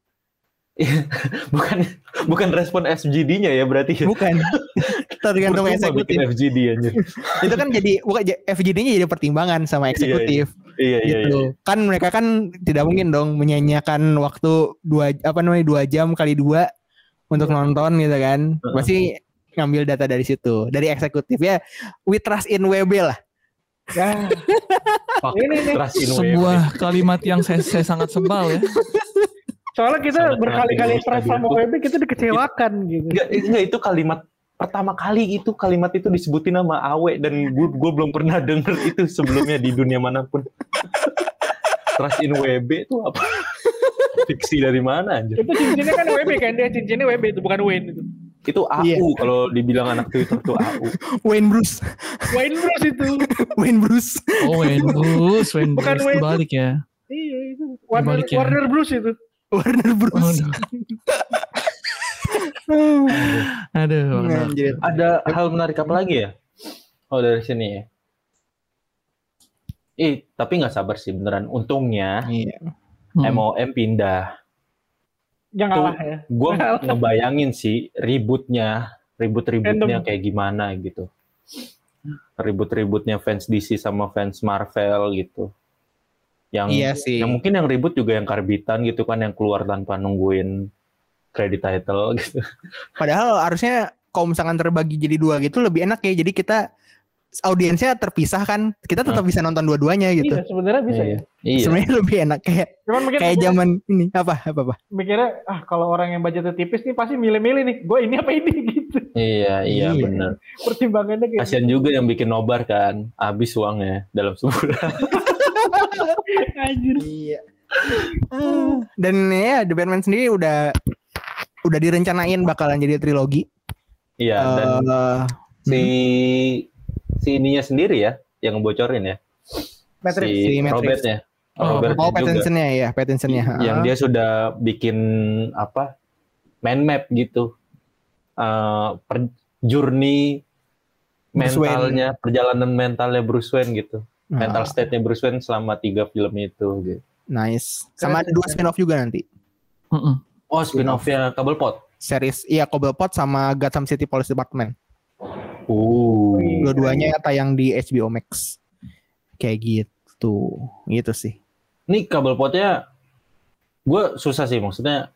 bukan respon FGD-nya ya berarti ya? Bukan. Tergantung eksekutif. FGD aja. Itu kan jadi FGD-nya jadi pertimbangan sama eksekutif. Iya. Kan mereka kan tidak mungkin dong menyanyiakan waktu 2 jam kali 2 untuk nonton gitu kan. Pasti ngambil data dari situ, dari eksekutif ya. We trust in WB lah. Ya. Ini sebuah kalimat yang saya sangat sebal ya. Soalnya kita berkali-kali trust sama WB, kita dikecewakan gitu. Enggak, itu kalimat pertama kali kalimat itu disebutin nama Awe dan gue belum pernah denger itu sebelumnya di dunia manapun. Trust in WB itu apa? Fiksi dari mana anjir? Itu cincinnya kan WB kan, dia cincinnya WB itu bukan Wayne itu. Itu AU kalau dibilang anak Twitter tuh AU. Wayne Bruce itu. Wayne Bruce. Oh Wayne Bruce bukan Wayne balik ya. Iya itu. Warner Bruce itu. Warner Bruce. Aduh. Ada hal menarik apa lagi ya? Oh dari sini ya. Tapi nggak sabar sih beneran. Untungnya MOM pindah. Jangan kalah ya. Gue ngebayangin sih ributnya kayak gimana gitu. Ribut-ributnya fans DC sama fans Marvel gitu. Yang mungkin yang ribut juga yang karbitan gitu kan, yang keluar tanpa nungguin credit title gitu. Padahal harusnya kalau misalkan terbagi jadi 2 gitu lebih enak ya. Jadi kita audiensnya terpisah kan, kita tetap bisa nonton dua-duanya gitu. Iya, sebenarnya bisa ya. Iya. Sebenarnya lebih enak kayak zaman ini apa. Mikirnya kalau orang yang budgetnya tipis nih pasti milih-milih nih. Gue ini apa ini gitu. Iya benar. Pertimbangannya kayak. Kasian juga yang bikin nobar kan, habis uangnya dalam sebulan. Anjir. Iya. Dan ya The Batman sendiri udah direncanain bakalan jadi trilogi. Iya, dan si ininya sendiri ya yang ngebocorin ya. Si Robert-nya. Pattinson-nya. Yang dia sudah bikin mind map gitu. Journey mentalnya, perjalanan mentalnya Bruce Wayne gitu. Mental state-nya Bruce Wayne selama 3 film itu gitu. Nice. Sama ada 2 spin-off juga nanti. Oh, spin-off-nya Cobblepot. Series Cobblepot sama Gotham City Police Department. Dua-duanya tayang di HBO Max. Kayak gitu. Gitu sih. Ini Cobblepotnya gue susah sih, maksudnya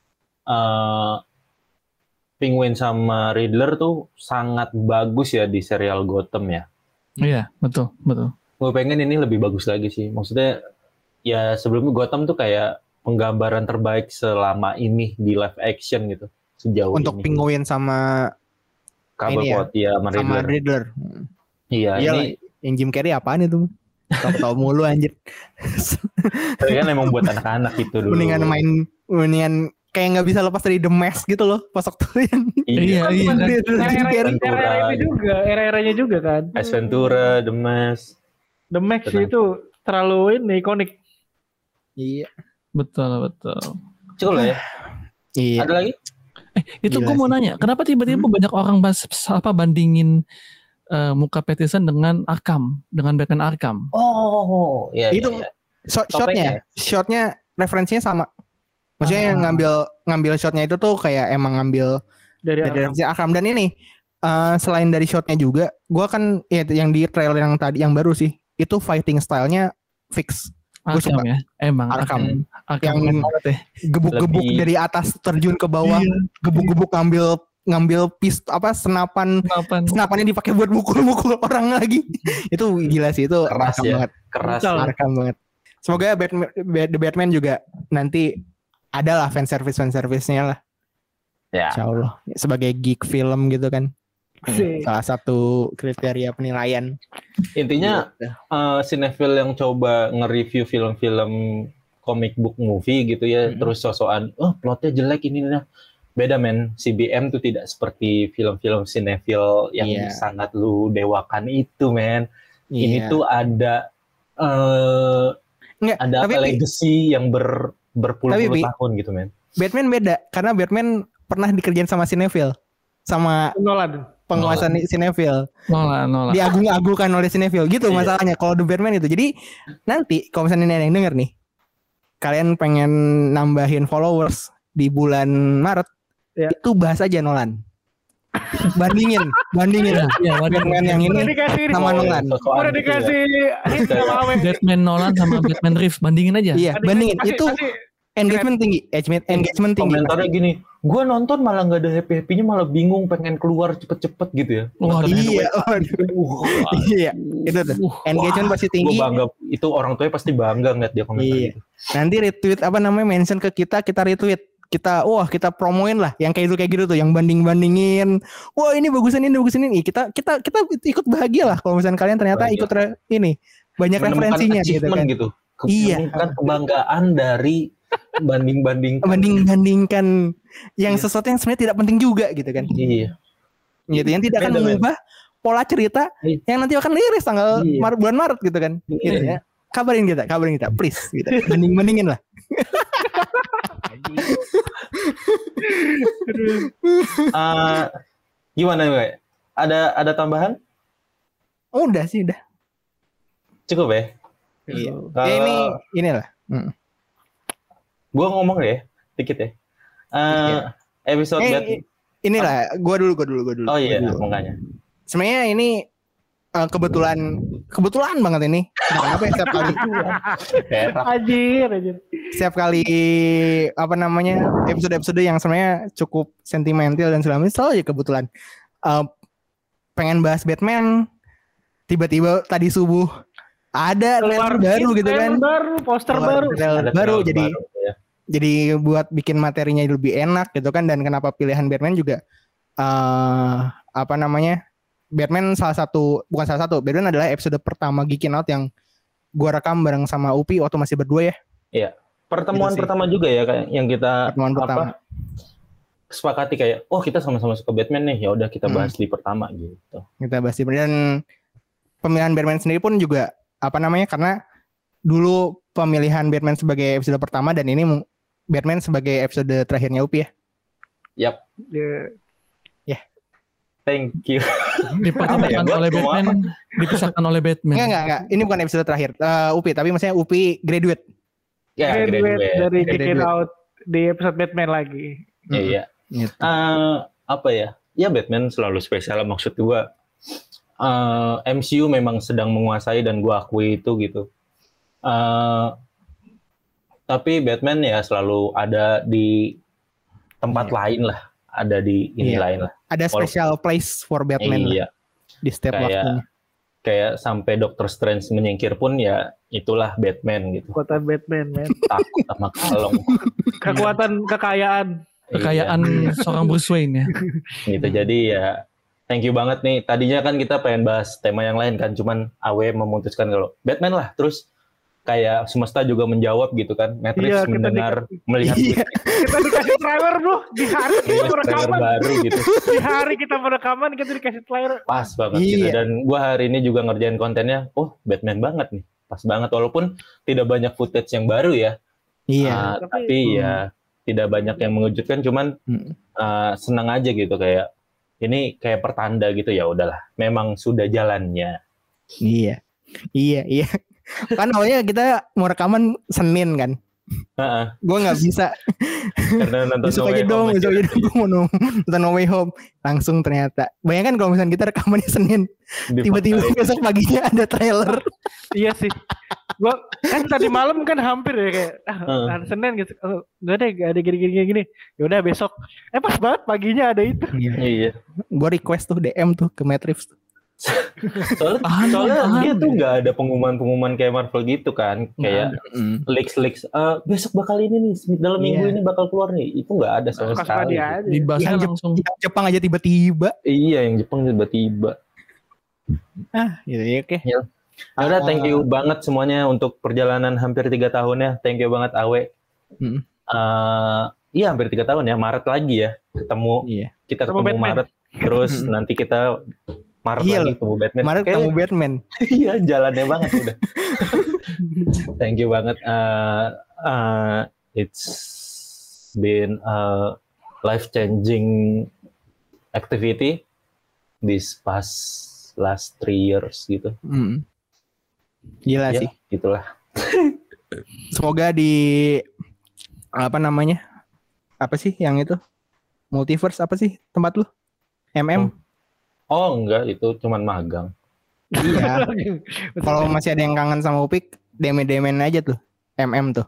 Penguin sama Riddler tuh sangat bagus ya di serial Gotham ya. Iya, betul. Gue pengen ini lebih bagus lagi sih. Maksudnya ya sebelumnya Gotham tuh kayak penggambaran terbaik selama ini di live action gitu sejauh Untuk ini. Penguin sama Cobblepot ya sama Riddler. Iya, ini yang Jim Carrey apaan itu? Tahu mulu anjir. Tapi kan emang buat anak-anak itu dulu. Mendingan kayak nggak bisa lepas dari The Mask gitu loh, pas waktu yang Iya. Era-eranya juga kan. Ace Ventura, The Mask. The Mask itu terlalu ikonik. Iya. Betul. Cukup lah ya. Iya. Ada lagi? Itu gue mau nanya, kenapa tiba-tiba banyak orang bandingin muka Pattinson dengan Batman Arkham? Oh, iya. Itu iya. Shotnya referensinya sama. Maksudnya yang ngambil shotnya itu tuh kayak emang ngambil dari referensi Arkham. Dan ini selain dari shotnya juga, gue kan ya yang di trailer yang tadi yang baru sih, itu fighting stylenya fix. Gue suka ya, emang Arkham yang ya. gebuk-gebuk dari atas terjun ke bawah, gebuk-gebuk ngambil senapannya dipakai buat mukul orang lagi. Itu gila sih, itu keras Arkham ya. banget. Keras. Arkham banget. Semoga The Batman juga nanti ada lah fan service-nya lah. Ya. Insyaallah sebagai geek film gitu kan. Salah satu kriteria penilaian. Intinya sinetfil yang coba nge-review film-film comic book movie gitu ya, terus sosokan, plotnya jelek ini nah. Beda men, CBM tuh tidak seperti film-film sinetfil yang sangat lu dewakan itu men. Ini tuh ada legacy yang berpuluh-puluh tahun gitu men. Batman beda karena Batman pernah dikerjain sama sinetfil, sama Nolan. Penguasa sinetfil. Nolan. Diagung-agungkan oleh sinetfil gitu masalahnya. Kalau The Batman itu. Jadi nanti kalau misalnya ada yang denger nih, kalian pengen nambahin followers di bulan Maret, itu bahas aja Nolan. Bandingin ya, Batman yang ini sama Nolan. Udah dikasih Batman Nolan sama Batman Reeves, bandingin aja. Iya, bandingin. Itu engagement tinggi. Komentarnya gini, gue nonton malah nggak ada happy-happynya, malah bingung pengen keluar cepet-cepet gitu ya. Iya, itu tuh. Engagement pasti tinggi. Gue bangga, itu orang tuanya pasti bangga ngeliat dia komentar gitu. Nanti retweet mention ke kita retweet. Kita promoin lah yang kayak gitu tuh, yang bandingin. Wah, ini bagusan ini. Kita ikut bahagia lah kalau misalnya kalian ternyata ikut ini banyak referensinya gitu kan. Iya. Kan kebanggaan dari bandingkan yang sesuatu yang sebenarnya tidak penting juga gitu kan. Iya. Gitu, yang tidak akan mengubah pola cerita yang nanti akan liris tanggal bulan Maret gitu kan. Gitu ya. Kabarin kita please gitu. Bandingin lah. Gimana gue? Ada tambahan? Udah sih. Cukup ya? Iya. Inilah. Gue ngomong ya, dikit ya. Episode inilah, gue dulu. Oh iya, makanya. Sebenarnya ini kebetulan banget ini. Kenapa ya setiap kali? Anjir. Setiap kali episode yang sebenarnya cukup sentimental dan segala macam, selalu aja kebetulan pengen bahas Batman, tiba-tiba tadi subuh ada trailer baru gitu kan. Poster baru jadi buat bikin materinya lebih enak gitu kan. Dan kenapa pilihan Batman juga Batman Batman adalah episode pertama Geekin Out yang gua rekam bareng sama Upi waktu masih berdua ya. Iya. Pertemuan pertama juga ya kayak yang kita sepakati kayak kita sama-sama suka Batman nih, ya udah kita bahas di pertama gitu. Kita bahas di dan pemilihan Batman sendiri pun juga karena dulu pemilihan Batman sebagai episode pertama dan ini Batman sebagai episode terakhirnya Upi ya. Yap. Thank you. Dipisahkan oleh Batman. Enggak. Ini bukan episode terakhir Upi, tapi maksudnya Upi graduate. Ya, graduate dari Geekin Out di episode Batman lagi. Iya. Ya Batman selalu spesial, maksud gua. MCU memang sedang menguasai dan gua akui itu gitu. Tapi Batman ya selalu ada di tempat lain lah. Ada di ini lain lah. Ada special place for Batman lah, di setiap waktunya. kayak sampai Doctor Strange menyingkir pun ya itulah Batman gitu. Kekuatan Batman, men. Takut sama kalong. Kekuatan kekayaan seorang Bruce Wayne ya. Gitu. Jadi ya thank you banget nih. Tadinya kan kita pengen bahas tema yang lain kan, cuman Awe memutuskan kalau Batman lah. Terus kayak semesta juga menjawab gitu kan. Matrix melihat kita dikasih trailer bro di hari kita rekaman baru gitu. Di hari kita rekaman kita dikasih trailer. Pas banget gitu. Dan gue hari ini juga ngerjain kontennya. Oh Batman banget nih. Pas banget walaupun tidak banyak footage yang baru ya. Iya. Tapi ya tidak banyak yang mengejutkan. Cuman senang aja gitu kayak ini kayak pertanda gitu ya udahlah. Memang sudah jalannya. Iya. Kan awalnya kita mau rekaman Senin kan. Gue nggak bisa. Karena nonton besok aja dong. Gue mau nonton No Way Home. Langsung ternyata. Bayangkan kalau misalnya kita rekamannya Senin, tiba-tiba besok paginya ada trailer. Iya sih. Gue kan tadi malam kan hampir ya kayak Senin gitu. Gak ada gini. Ya udah besok. Pas banget paginya ada itu. Iya. Gue request tuh DM tuh ke Matrix tuh. Soalnya dia tuh nggak ada pengumuman kayak Marvel gitu kan, kayak leaks besok bakal ini nih dalam minggu ini bakal keluar nih, itu nggak ada sama sekali. Dibahas langsung. Jepang aja tiba-tiba. Iya, yang Jepang tiba-tiba. Gitu ya, oke. Ya udah, thank you banget semuanya untuk perjalanan hampir 3 tahun ya. Thank you banget Awe. Iya hampir 3 tahun ya, Maret lagi ya ketemu. Kita ketemu Maret, terus nanti kita Maret lagi ketemu Batman. Maret ketemu Batman. Iya, jalannya banget udah. Thank you banget. It's been a life-changing activity this last 3 years gitu. Gila sih. Gitulah. Semoga di apa sih yang itu? Multiverse apa sih tempat lu? Oh enggak, itu cuman magang. Iya. Kalau masih ada yang kangen sama Upik, demen aja tuh. Tuh.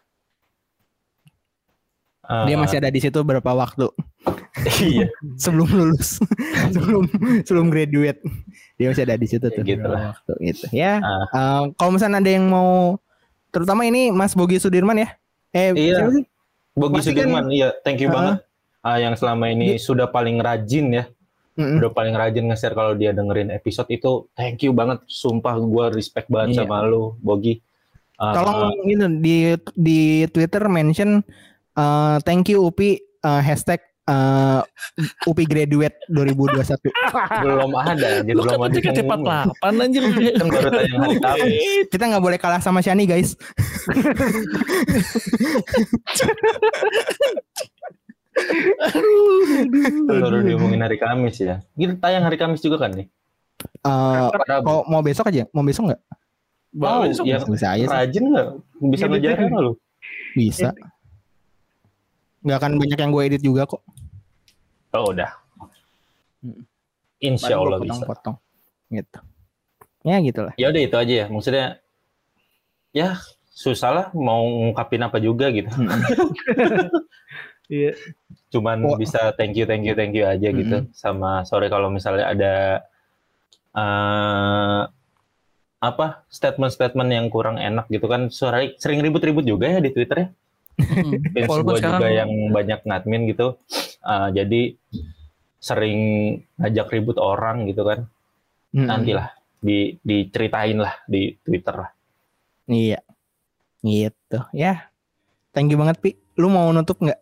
Dia masih ada di situ berapa waktu? Iya. Sebelum lulus, sebelum graduate, dia masih ada di situ tuh. Gitu lah. Waktu itu. Ya. Kalau misalnya ada yang mau, terutama ini Mas Bogi Sudirman ya? Iya. Siapa sih? Bogi Sudirman, iya. Thank you banget. Yang selama ini sudah paling rajin ya. Udah paling rajin nge-share kalau dia dengerin episode itu. Thank you banget, sumpah gue respect banget sama lu Bogi. Tolong gitu di Twitter mention thank you Upi hashtag Upi graduate 2021. Belum ada gitu, belum ada. Cepat 48 anjir. Kan baru tayang hari Kamis. Kita nggak boleh kalah sama Shani guys. Baru diomongin hari Kamis ya. Ini tayang hari Kamis juga kan nih? Kalau mau besok aja, mau besok nggak? Besok ya, bisa aja. Rajin nggak? Bisa ngejar nggak lu? Bisa. Nggak akan banyak yang gue edit juga kok. Oh udah. Insya Allah bisa. Potong. Gitu. Ya gitulah. Ya udah itu aja ya. Maksudnya ya susah lah mau ngungkapin apa juga gitu. Iya. Cuman bisa thank you aja gitu. Sama sorry kalau misalnya ada statement yang kurang enak gitu kan. Sering ribut-ribut juga ya di Twitter ya. Fans gue juga yang banyak ngadmin gitu. Jadi sering ngajak ribut orang gitu kan. Nantilah diceritain lah di Twitter lah. Iya. Gitu ya. Thank you banget Pi. Lu mau nutup nggak?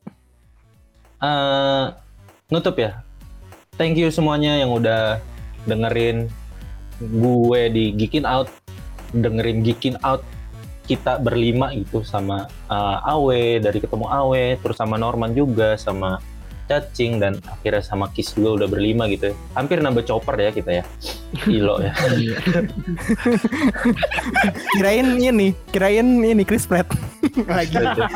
Nutup ya. Thank you semuanya yang udah dengerin gue di Geekin Out, dengerin Geekin Out kita berlima itu sama Awe, dari ketemu Awe, terus sama Norman juga, sama Cacing, dan akhirnya sama Kis juga udah berlima gitu ya. Hampir nambah chopper ya kita ya. Ilo ya. Kirain ini Chris Pratt lagi.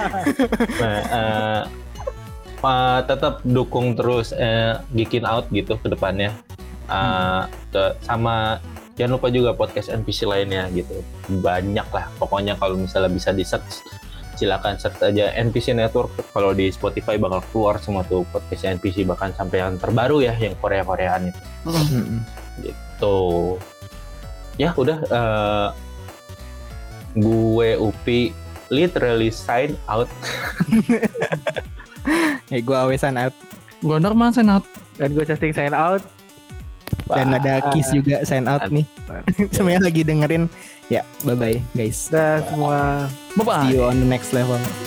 Nah, tetap dukung terus Geekin Out gitu ke depannya. Sama jangan lupa juga podcast NPC lainnya gitu. Banyak lah pokoknya, kalau misalnya bisa di-search silakan search aja NPC Network. Kalau di Spotify bakal keluar semua tuh podcast NPC, bahkan sampai yang terbaru ya, yang Korea-Koreaan itu. Gitu. Ya udah, gue Upi literally sign out. Gue Awe sign out. Gue Norman sign out. Dan gue Casting sign out. Dan ada Kiss juga sign out nih. Semuanya lagi dengerin. Ya, bye-bye guys. Dah semua. Bye-bye. See you on the next level.